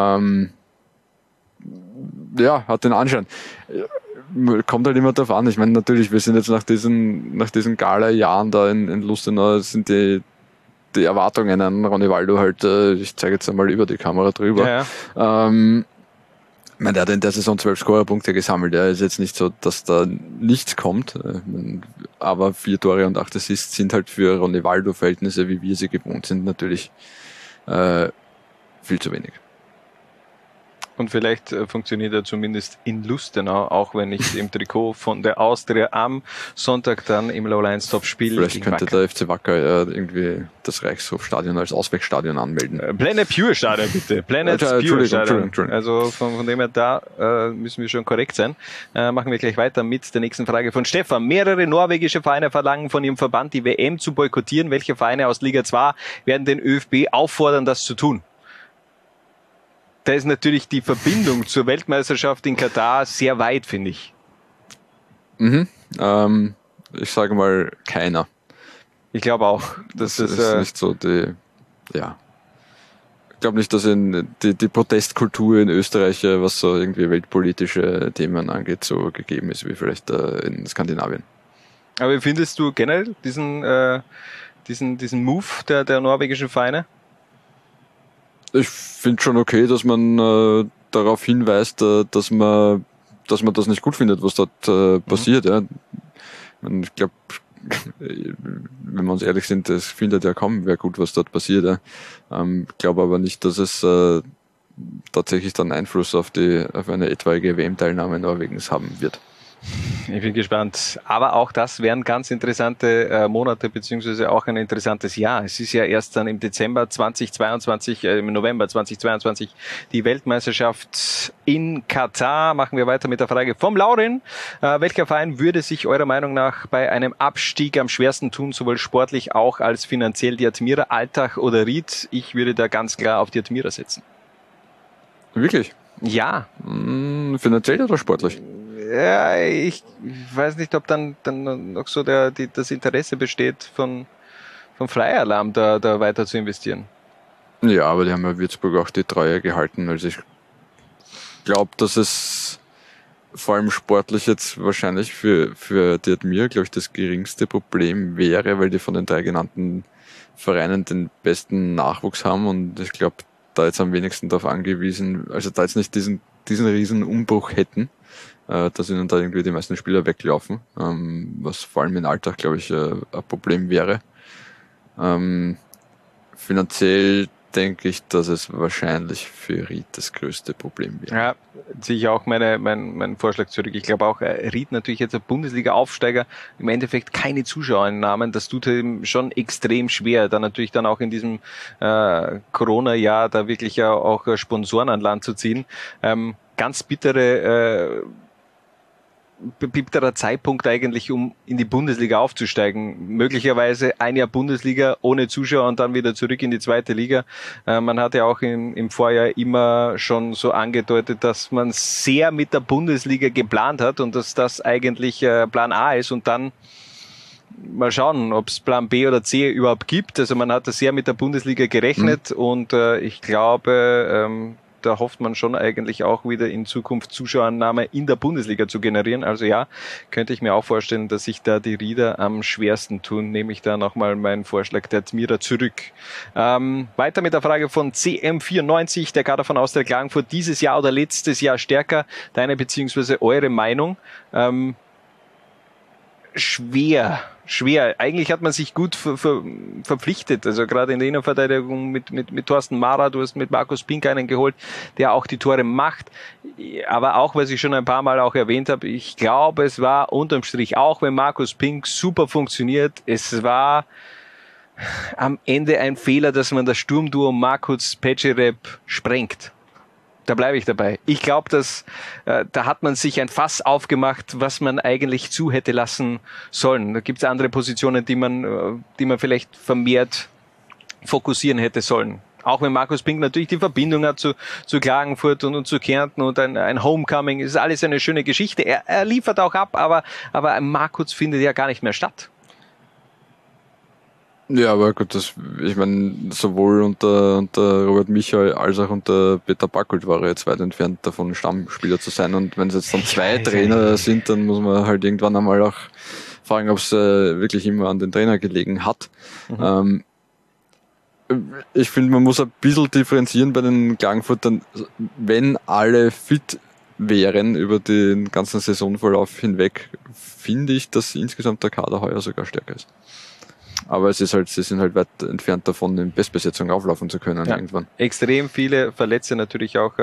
Hat den Anschein. Kommt halt immer darauf an. Ich meine, natürlich, wir sind jetzt nach diesen Gala-Jahren da in Lustenau, sind die Erwartungen an Ronaldo halt, ich zeige jetzt einmal über die Kamera drüber. Ja. Ich meine, der hat in der Saison 12 Scorerpunkte gesammelt. Ja. Ist jetzt nicht so, dass da nichts kommt. Aber 4 Tore und 8 Assists sind halt für Ronaldo-Verhältnisse, wie wir sie gewohnt sind, natürlich viel zu wenig. Und vielleicht funktioniert er zumindest in Lustenau, auch wenn nicht im Trikot von der Austria am Sonntag dann im Low-Line-Stop-Spiel. Vielleicht könnte der FC Wacker irgendwie das Reichshofstadion als Ausweichstadion anmelden. Planet Pure Stadion, bitte. Planet Pure Stadion. Also von dem her, da müssen wir schon korrekt sein. Machen wir gleich weiter mit der nächsten Frage von Stefan. Mehrere norwegische Vereine verlangen von ihrem Verband, die WM zu boykottieren. Welche Vereine aus Liga 2 werden den ÖFB auffordern, das zu tun? Da ist natürlich die Verbindung zur Weltmeisterschaft in Katar sehr weit, finde ich. Ich sage mal keiner. Ich glaube auch. Das ist nicht so ich glaube nicht, dass die Protestkultur in Österreich, was so irgendwie weltpolitische Themen angeht, so gegeben ist wie vielleicht in Skandinavien. Aber wie findest du generell diesen Move der norwegischen Vereine? Ich finde schon okay, dass man darauf hinweist, dass man das nicht gut findet, was dort passiert. Ja. Ich glaube, wenn wir uns ehrlich sind, es findet ja kaum wer gut, was dort passiert. Ja. Ich glaube aber nicht, dass es tatsächlich dann Einfluss auf eine etwaige WM-Teilnahme Norwegens haben wird. Ich bin gespannt. Aber auch das wären ganz interessante Monate, beziehungsweise auch ein interessantes Jahr. Es ist ja erst dann im Dezember 2022, im November 2022 die Weltmeisterschaft in Katar. Machen wir weiter mit der Frage vom Laurin. Welcher Verein würde sich eurer Meinung nach bei einem Abstieg am schwersten tun, sowohl sportlich auch als finanziell? Die Admira, Altach oder Ried? Ich würde da ganz klar auf die Admira setzen. Wirklich? Ja. Finanziell oder sportlich? Ja, ich weiß nicht, ob dann noch so das Interesse besteht von Flyer-Alarm da weiter zu investieren. Ja, aber die haben ja Würzburg auch die Treue gehalten. Also ich glaube, dass es vor allem sportlich jetzt wahrscheinlich für die Admira, glaube ich, das geringste Problem wäre, weil die von den 3 genannten Vereinen den besten Nachwuchs haben und ich glaube, da jetzt am wenigsten darauf angewiesen, also da jetzt nicht diesen riesen Umbruch hätten, dass ihnen da irgendwie die meisten Spieler weglaufen, was vor allem in Alltag, glaube ich, ein Problem wäre. Finanziell denke ich, dass es wahrscheinlich für Ried das größte Problem wäre. Ja, ziehe ich auch meinen Vorschlag zurück. Ich glaube auch, Ried natürlich jetzt ein Bundesliga-Aufsteiger, im Endeffekt keine Zuschauereinnahmen, das tut ihm schon extrem schwer. Dann natürlich dann auch in diesem Corona-Jahr da wirklich ja auch Sponsoren an Land zu ziehen. Ganz bitterer Zeitpunkt eigentlich, um in die Bundesliga aufzusteigen. Möglicherweise ein Jahr Bundesliga ohne Zuschauer und dann wieder zurück in die 2. Liga. Man hat ja auch im Vorjahr immer schon so angedeutet, dass man sehr mit der Bundesliga geplant hat und dass das eigentlich Plan A ist und dann mal schauen, ob es Plan B oder C überhaupt gibt. Also man hat da sehr mit der Bundesliga gerechnet und ich glaube, da hofft man schon eigentlich auch wieder in Zukunft Zuschauernahme in der Bundesliga zu generieren. Also ja, könnte ich mir auch vorstellen, dass sich da die Rieder am schwersten tun. Nehme ich da nochmal meinen Vorschlag der Admira zurück. Weiter mit der Frage von CM94, der Kader von Austria Klagenfurt dieses Jahr oder letztes Jahr stärker? Deine bzw. eure Meinung? Schwer. Eigentlich hat man sich gut verpflichtet, also gerade in der Innenverteidigung mit Thorsten Mara, du hast mit Markus Pink einen geholt, der auch die Tore macht, aber auch, was ich schon ein paar Mal auch erwähnt habe, ich glaube, es war unterm Strich, auch wenn Markus Pink super funktioniert, es war am Ende ein Fehler, dass man das Sturmduo Markus Pečerep sprengt. Da bleibe ich dabei. Ich glaube, dass da hat man sich ein Fass aufgemacht, was man eigentlich zu hätte lassen sollen. Da gibt es andere Positionen, die man vielleicht vermehrt fokussieren hätte sollen. Auch wenn Markus Pink natürlich die Verbindung hat zu Klagenfurt und zu Kärnten und ein Homecoming, ist alles eine schöne Geschichte. Er liefert auch ab, aber ein Markus findet ja gar nicht mehr statt. Ja, aber gut, ich meine, sowohl unter Robert Michael als auch unter Peter Backholt war er jetzt weit entfernt davon, Stammspieler zu sein. Und wenn es jetzt dann zwei Trainer sind, dann muss man halt irgendwann einmal auch fragen, ob es wirklich immer an den Trainer gelegen hat. Ich finde, man muss ein bisschen differenzieren bei den Klagenfurtern, wenn alle fit wären über den ganzen Saisonverlauf hinweg, finde ich, dass insgesamt der Kader heuer sogar stärker ist. Aber sie sind halt weit entfernt davon, in Bestbesetzung auflaufen zu können irgendwann. Extrem viele Verletzte, natürlich auch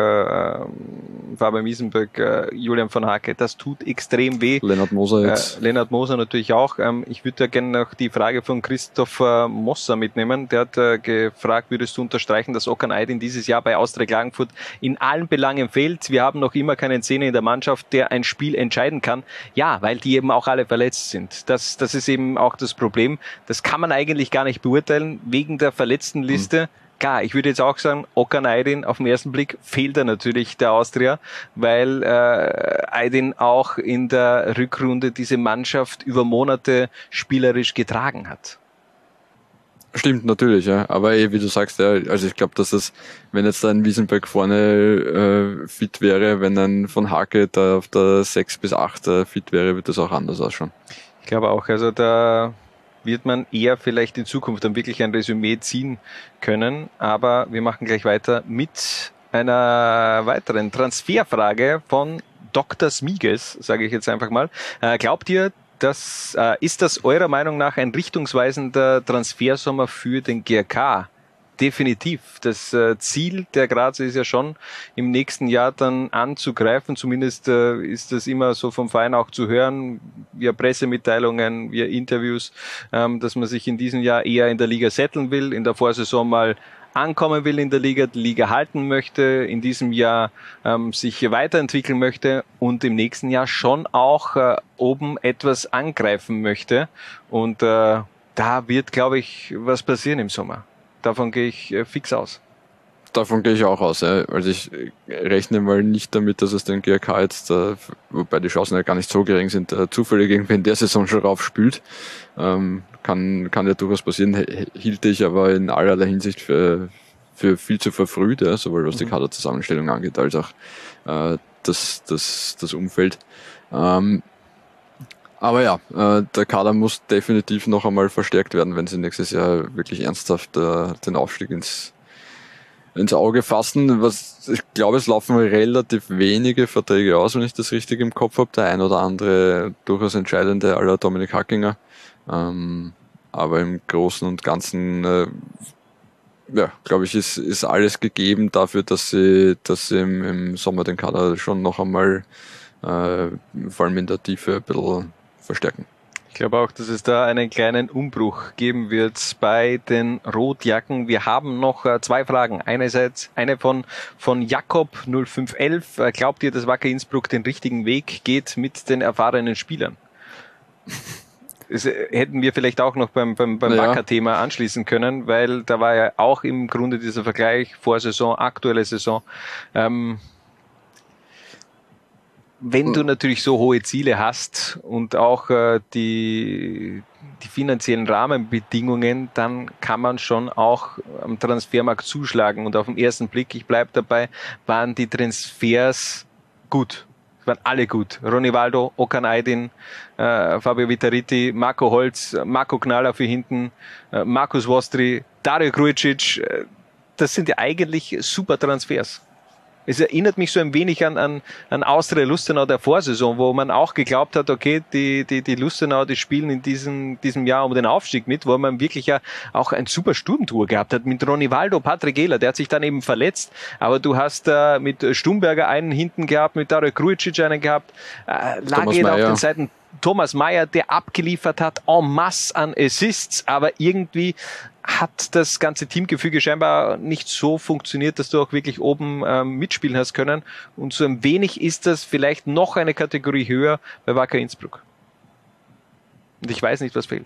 Fabian Wiesenberg, Julian von Hake, das tut extrem weh. Lennart Moser jetzt. Lennart Moser natürlich auch. Ich würde da gerne noch die Frage von Christopher Mosser mitnehmen. Der hat gefragt, würdest du unterstreichen, dass Okan Aydin dieses Jahr bei Austria Klagenfurt in allen Belangen fehlt? Wir haben noch immer keinen Zehner in der Mannschaft, der ein Spiel entscheiden kann. Ja, weil die eben auch alle verletzt sind. Das ist eben auch das Problem. Das kann man eigentlich gar nicht beurteilen, wegen der Verletztenliste. Klar, ich würde jetzt auch sagen, Okan Aydin auf den ersten Blick fehlt er natürlich der Austria, weil Aydin auch in der Rückrunde diese Mannschaft über Monate spielerisch getragen hat. Stimmt, natürlich, ja. Aber wie du sagst, ja, also ich glaube, dass es, wenn jetzt ein Wiesenberg vorne fit wäre, wenn ein von Hake da auf der 6 bis 8 fit wäre, wird das auch anders ausschauen. Ich glaube auch, also da wird man eher vielleicht in Zukunft dann wirklich ein Resümee ziehen können. Aber wir machen gleich weiter mit einer weiteren Transferfrage von Dr. Smiges, sage ich jetzt einfach mal. Glaubt ihr, ist das eurer Meinung nach ein richtungsweisender Transfersommer für den GRK? Definitiv. Das Ziel der Grazer ist ja schon, im nächsten Jahr dann anzugreifen. Zumindest ist das immer so vom Verein auch zu hören, via Pressemitteilungen, via Interviews, dass man sich in diesem Jahr eher in der Liga setteln will, in der Vorsaison mal ankommen will in der Liga, die Liga halten möchte, in diesem Jahr sich weiterentwickeln möchte und im nächsten Jahr schon auch oben etwas angreifen möchte. Und da wird, glaube ich, was passieren im Sommer. Davon gehe ich fix aus. Davon gehe ich auch aus. Ja. Also ich rechne mal nicht damit, dass es den GRK jetzt, wobei die Chancen ja gar nicht so gering sind, zufällig irgendwie in der Saison schon raufspült. Kann ja durchaus passieren, hielt ich aber in allerlei Hinsicht für viel zu verfrüht, ja, sowohl was die Kaderzusammenstellung angeht, als auch das Umfeld. Aber ja, der Kader muss definitiv noch einmal verstärkt werden, wenn sie nächstes Jahr wirklich ernsthaft den Aufstieg ins Auge fassen. Ich glaube, es laufen relativ wenige Verträge aus, wenn ich das richtig im Kopf habe. Der ein oder andere durchaus entscheidende, à la Dominik Hackinger. Aber im Großen und Ganzen, glaube ich, ist alles gegeben dafür, dass sie im Sommer den Kader schon noch einmal, vor allem in der Tiefe, ein bisschen verstärken. Ich glaube auch, dass es da einen kleinen Umbruch geben wird bei den Rotjacken. Wir haben noch zwei Fragen. Einerseits eine von Jakob 0511. Glaubt ihr, dass Wacker Innsbruck den richtigen Weg geht mit den erfahrenen Spielern? Das hätten wir vielleicht auch noch beim Wacker-Thema anschließen können, weil da war ja auch im Grunde dieser Vergleich Vorsaison, aktuelle Saison. wenn du natürlich so hohe Ziele hast und auch die finanziellen Rahmenbedingungen, dann kann man schon auch am Transfermarkt zuschlagen. Und auf den ersten Blick, ich bleibe dabei, waren die Transfers gut. Waren alle gut. Ronivaldo, Okan Aydin, Fabio Vittariti, Marco Holz, Marco Knaller für hinten, Markus Vostri, Dario Grujic. Das sind ja eigentlich super Transfers. Es erinnert mich so ein wenig an Austria Lustenau der Vorsaison, wo man auch geglaubt hat, okay, die Lustenau, die spielen in diesem Jahr um den Aufstieg mit, wo man wirklich ja auch ein super Sturmtour gehabt hat mit Ronivaldo, Patrick Ehler, der hat sich dann eben verletzt, aber du hast mit Stumberger einen hinten gehabt, mit Dario Grujic einen gehabt, Lage auf den Seiten Thomas Meyer, der abgeliefert hat en masse an Assists, aber irgendwie hat das ganze Teamgefüge scheinbar nicht so funktioniert, dass du auch wirklich oben mitspielen hast können. Und so ein wenig ist das vielleicht noch eine Kategorie höher bei Wacker Innsbruck. Und ich weiß nicht, was fehlt.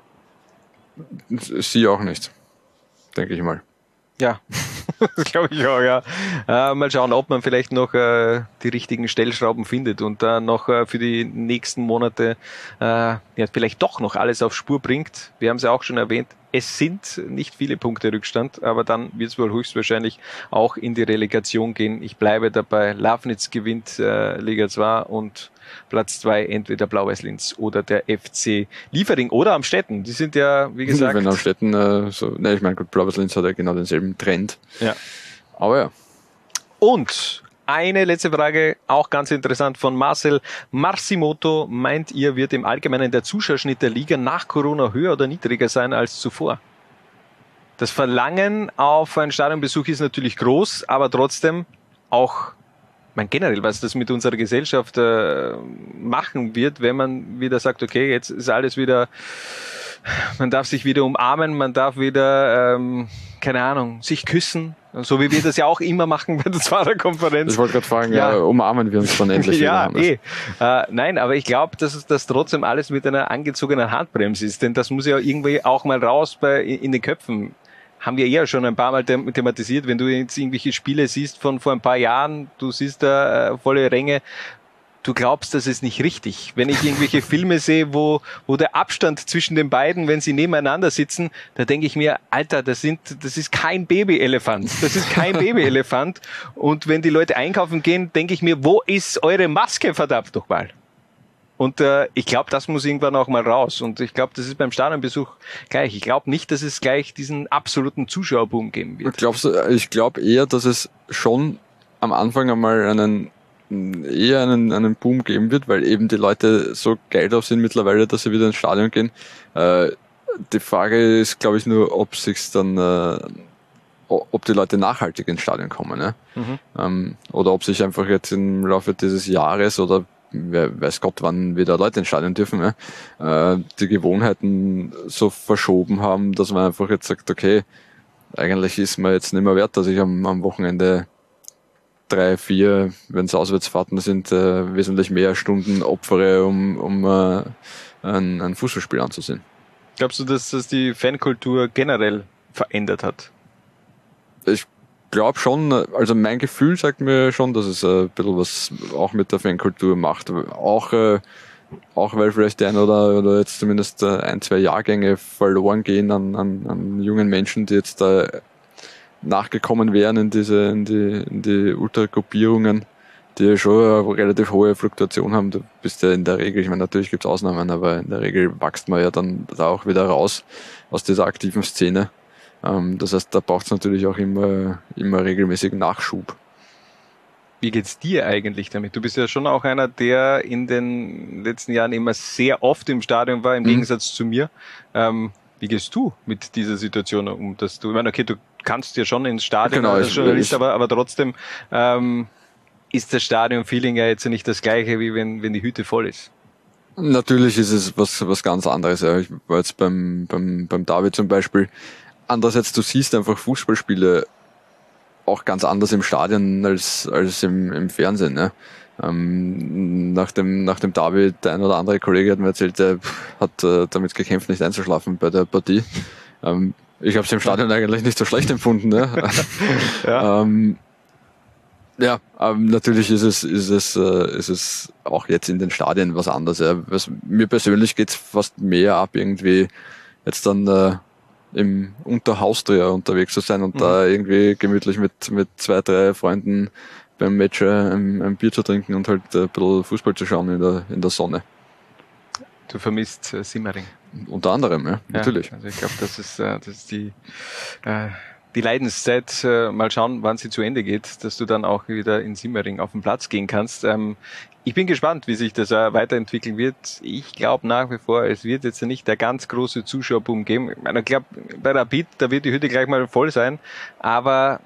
Sie auch nicht, denke ich mal. Ja, das glaube ich auch, ja. Mal schauen, ob man vielleicht noch die richtigen Stellschrauben findet und da noch für die nächsten Monate vielleicht doch noch alles auf Spur bringt. Wir haben es ja auch schon erwähnt, es sind nicht viele Punkte Rückstand, aber dann wird es wohl höchstwahrscheinlich auch in die Relegation gehen. Ich bleibe dabei, Lafnitz gewinnt Liga 2 und Platz 2 entweder Blau-Weiß-Linz oder der FC Liefering oder Amstetten. Die sind ja, wie gesagt... Wenn Amstetten, ich meine, Blau-Weiß-Linz hat ja genau denselben Trend. Ja. Aber ja. Und eine letzte Frage, auch ganz interessant von Marcel Marsimoto. Meint ihr, wird im Allgemeinen der Zuschauerschnitt der Liga nach Corona höher oder niedriger sein als zuvor? Das Verlangen auf einen Stadionbesuch ist natürlich groß, aber trotzdem auch generell, was das mit unserer Gesellschaft machen wird, wenn man wieder sagt, okay, jetzt ist alles wieder, man darf sich wieder umarmen, man darf wieder, keine Ahnung, sich küssen, so wie wir das ja auch immer machen bei der Zwarer-Konferenz. Ich wollte gerade fragen, ja, umarmen wir uns dann endlich ja, wieder. Nein, aber ich glaube, dass das trotzdem alles mit einer angezogenen Handbremse ist, denn das muss ja irgendwie auch mal raus in den Köpfen. Haben wir ja schon ein paar Mal thematisiert, wenn du jetzt irgendwelche Spiele siehst von vor ein paar Jahren, du siehst da volle Ränge, du glaubst, das ist nicht richtig. Wenn ich irgendwelche Filme sehe, wo der Abstand zwischen den beiden, wenn sie nebeneinander sitzen, da denke ich mir, Alter, das ist kein Babyelefant. Das ist kein Babyelefant. Und wenn die Leute einkaufen gehen, denke ich mir, wo ist eure Maske, verdammt nochmal? Und ich glaube, das muss irgendwann auch mal raus. Und ich glaube, das ist beim Stadionbesuch gleich. Ich glaube nicht, dass es gleich diesen absoluten Zuschauerboom geben wird. Ich glaube eher, dass es schon am Anfang einmal einen Boom geben wird, weil eben die Leute so geil drauf sind mittlerweile, dass sie wieder ins Stadion gehen. Die Frage ist, glaube ich, nur, ob die Leute nachhaltig ins Stadion kommen. Ne? Oder ob sich einfach jetzt im Laufe dieses Jahres oder wer weiß Gott, wann wieder Leute ins Stadion dürfen, die Gewohnheiten so verschoben haben, dass man einfach jetzt sagt, okay, eigentlich ist mir jetzt nicht mehr wert, dass ich am Wochenende 3, 4, wenn es Auswärtsfahrten sind, wesentlich mehr Stunden opfere, um ein Fußballspiel anzusehen. Glaubst du, dass das die Fankultur generell verändert hat? Ich glaube schon, also mein Gefühl sagt mir schon, dass es ein bisschen was auch mit der Fankultur macht. Auch weil vielleicht der eine oder jetzt zumindest 1, 2 Jahrgänge verloren gehen an jungen Menschen, die jetzt da nachgekommen wären in die Ultragruppierungen, die ja schon eine relativ hohe Fluktuation haben. Du bist ja in der Regel, ich meine, natürlich gibt es Ausnahmen, aber in der Regel wächst man ja dann da auch wieder raus aus dieser aktiven Szene. Das heißt, da braucht es natürlich auch immer regelmäßigen Nachschub. Wie geht's dir eigentlich damit? Du bist ja schon auch einer, der in den letzten Jahren immer sehr oft im Stadion war, im Gegensatz zu mir. Wie gehst du mit dieser Situation um? Ich meine, okay, du kannst ja schon ins Stadion als Journalist, aber trotzdem ist das Stadion-Feeling ja jetzt nicht das gleiche, wie wenn die Hütte voll ist. Natürlich ist es was ganz anderes. Ja. Ich war jetzt beim David zum Beispiel. Andererseits, du siehst einfach Fußballspiele auch ganz anders im Stadion als im Fernsehen. Ne? Nach dem Derby, der ein oder andere Kollege hat mir erzählt, der hat damit gekämpft, nicht einzuschlafen bei der Partie. Ich habe es im Stadion eigentlich nicht so schlecht empfunden. Ne? Ja. Ja, natürlich ist es auch jetzt in den Stadien was anderes. Ja. Mir persönlich geht's fast mehr ab, irgendwie jetzt dann im Unterhaustria unterwegs zu sein und da irgendwie gemütlich mit 2-3 Freunden beim Match ein Bier zu trinken und halt ein bisschen Fußball zu schauen in der Sonne. Du vermisst Simmering. Unter anderem, ja, natürlich. Also ich glaube, das ist die Leidenszeit. Mal schauen, wann sie zu Ende geht, dass du dann auch wieder in Simmering auf den Platz gehen kannst. Ich bin gespannt, wie sich das weiterentwickeln wird. Ich glaube nach wie vor, es wird jetzt nicht der ganz große Zuschauerboom geben. Ich glaube, bei Rapid, da wird die Hütte gleich mal voll sein. Aber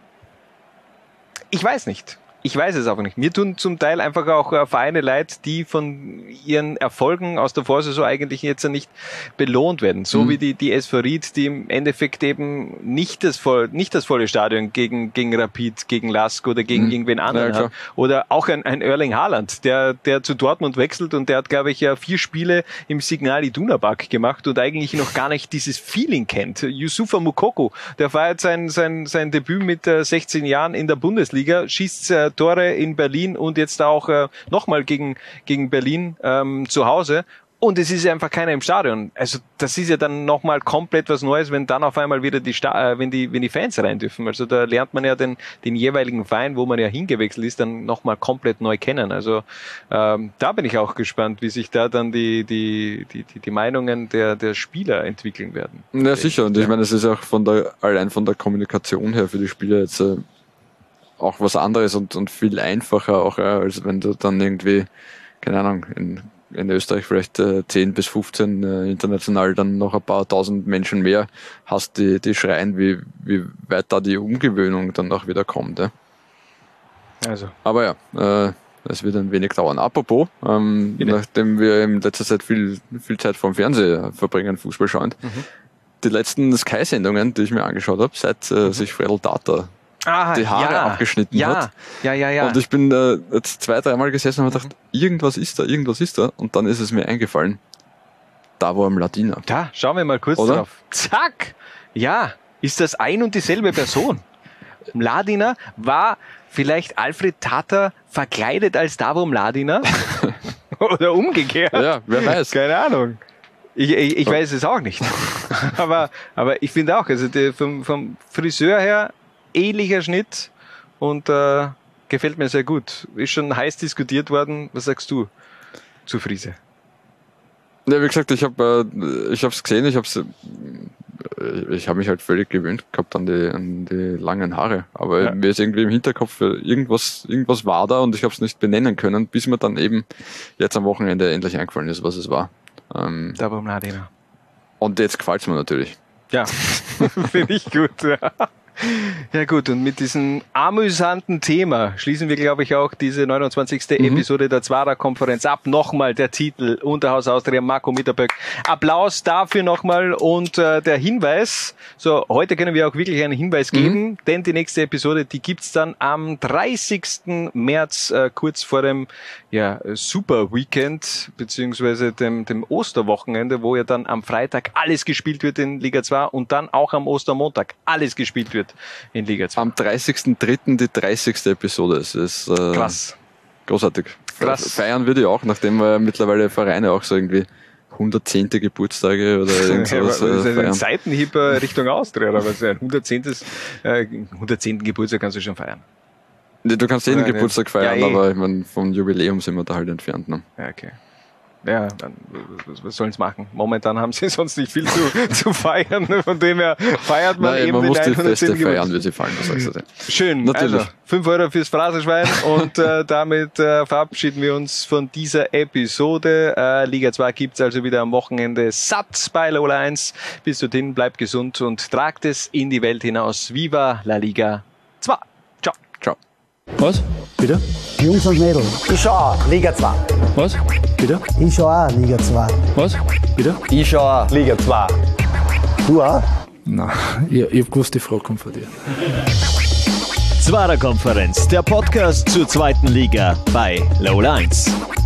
ich weiß nicht. Ich weiß es aber nicht. Mir tun zum Teil einfach auch Vereine leid, die von ihren Erfolgen aus der Vorsaison eigentlich jetzt nicht belohnt werden. So wie die SV Ried, die im Endeffekt eben nicht das volle Stadion gegen Rapid, gegen Lask oder gegen irgendwen anderen hat. Oder auch ein Erling Haaland, der zu Dortmund wechselt und der hat, glaube ich, 4 Spiele im Signal Iduna Park gemacht und eigentlich noch gar nicht dieses Feeling kennt. Youssoufa Moukoko, der feiert sein Debüt mit 16 Jahren in der Bundesliga, schießt Tore in Berlin und jetzt auch nochmal gegen Berlin zu Hause. Und es ist einfach keiner im Stadion. Also das ist ja dann nochmal komplett was Neues, wenn dann auf einmal wieder wenn die Fans rein dürfen. Also da lernt man ja den jeweiligen Verein, wo man ja hingewechselt ist, dann nochmal komplett neu kennen. Also da bin ich auch gespannt, wie sich da dann die Meinungen der Spieler entwickeln werden. Ja, sicher. Und ich meine, es ist auch allein von der Kommunikation her für die Spieler jetzt auch was anderes und viel einfacher auch, als wenn du dann irgendwie, keine Ahnung, in Österreich vielleicht 10 bis 15 international dann noch ein paar tausend Menschen mehr hast, die schreien, wie weit da die Umgewöhnung dann auch wieder kommt. Ja. Also. Aber ja, es wird ein wenig dauern. Apropos, nachdem wir in letzter Zeit viel Zeit vorm Fernseher verbringen, Fußball schauend, die letzten Sky-Sendungen, die ich mir angeschaut habe, seit sich Fredel Data die Haare abgeschnitten hat. Ja. Und ich bin jetzt 2-3 Mal gesessen und habe gedacht, irgendwas ist da. Und dann ist es mir eingefallen, da war Mladina. Da, schauen wir mal kurz drauf. Zack! Ja, ist das ein und dieselbe Person. Mladina war vielleicht Alfred Tata verkleidet als Davo Mladina? Oder umgekehrt? Ja, wer weiß. Keine Ahnung. Ich weiß es auch nicht. aber ich finde auch, also vom Friseur her ähnlicher Schnitt und gefällt mir sehr gut. Ist schon heiß diskutiert worden. Was sagst du zu Friese? Ja, wie gesagt, ich habe es gesehen, ich habe mich halt völlig gewöhnt gehabt an die langen Haare. Aber mir ist irgendwie im Hinterkopf, irgendwas war da und ich habe es nicht benennen können, bis mir dann eben jetzt am Wochenende endlich eingefallen ist, was es war. Da war Mladina. Und jetzt gefällt es mir natürlich. Ja, finde ich gut. Ja. Ja gut, und mit diesem amüsanten Thema schließen wir, glaube ich, auch diese 29. Episode der Zwarer-Konferenz ab. Nochmal der Titel Unterhaus Austria, Marco Mitterböck. Applaus dafür nochmal und der Hinweis, so heute können wir auch wirklich einen Hinweis geben, denn die nächste Episode, die gibt's dann am 30. März, kurz vor dem Super Weekend, beziehungsweise dem Osterwochenende, wo ja dann am Freitag alles gespielt wird in Liga 2 und dann auch am Ostermontag alles gespielt wird in Liga 2. Am 30.03. die 30. Episode. Es ist krass. Großartig. Krass. Feiern würde ich auch, nachdem wir mittlerweile Vereine auch so irgendwie 110. Geburtstage oder irgendwas feiern. Ein Seitenhieb Richtung Austria, aber ein 110. Geburtstag kannst du schon feiern. Nee, du kannst jeden Geburtstag feiern, aber ich meine, vom Jubiläum sind wir da halt entfernt. Ne? Ja, okay. Ja, dann, was sollen sie machen? Momentan haben sie sonst nicht viel zu feiern, von dem her feiert man eben man den muss die 110. Feste feiern, wie sie fallen, das sagst du dir. Schön, natürlich. Also 5 Euro fürs Phrasenschwein und damit verabschieden wir uns von dieser Episode. Liga 2 gibt's also wieder am Wochenende satt bei Lola 1. Bis dorthin, bleibt gesund und tragt es in die Welt hinaus. Viva la Liga 2. Ciao. Ciao. Was? Bitte? Jungs und Mädels. Ich schau Liga 2. Was? Bitte? Ich schau auch Liga 2. Was? Bitte? Ich schau auch Liga 2. Du auch? Nein, ich hab gewusst, die Frage kommt von dir. Zwarer Konferenz, der Podcast zur zweiten Liga bei Lola 1.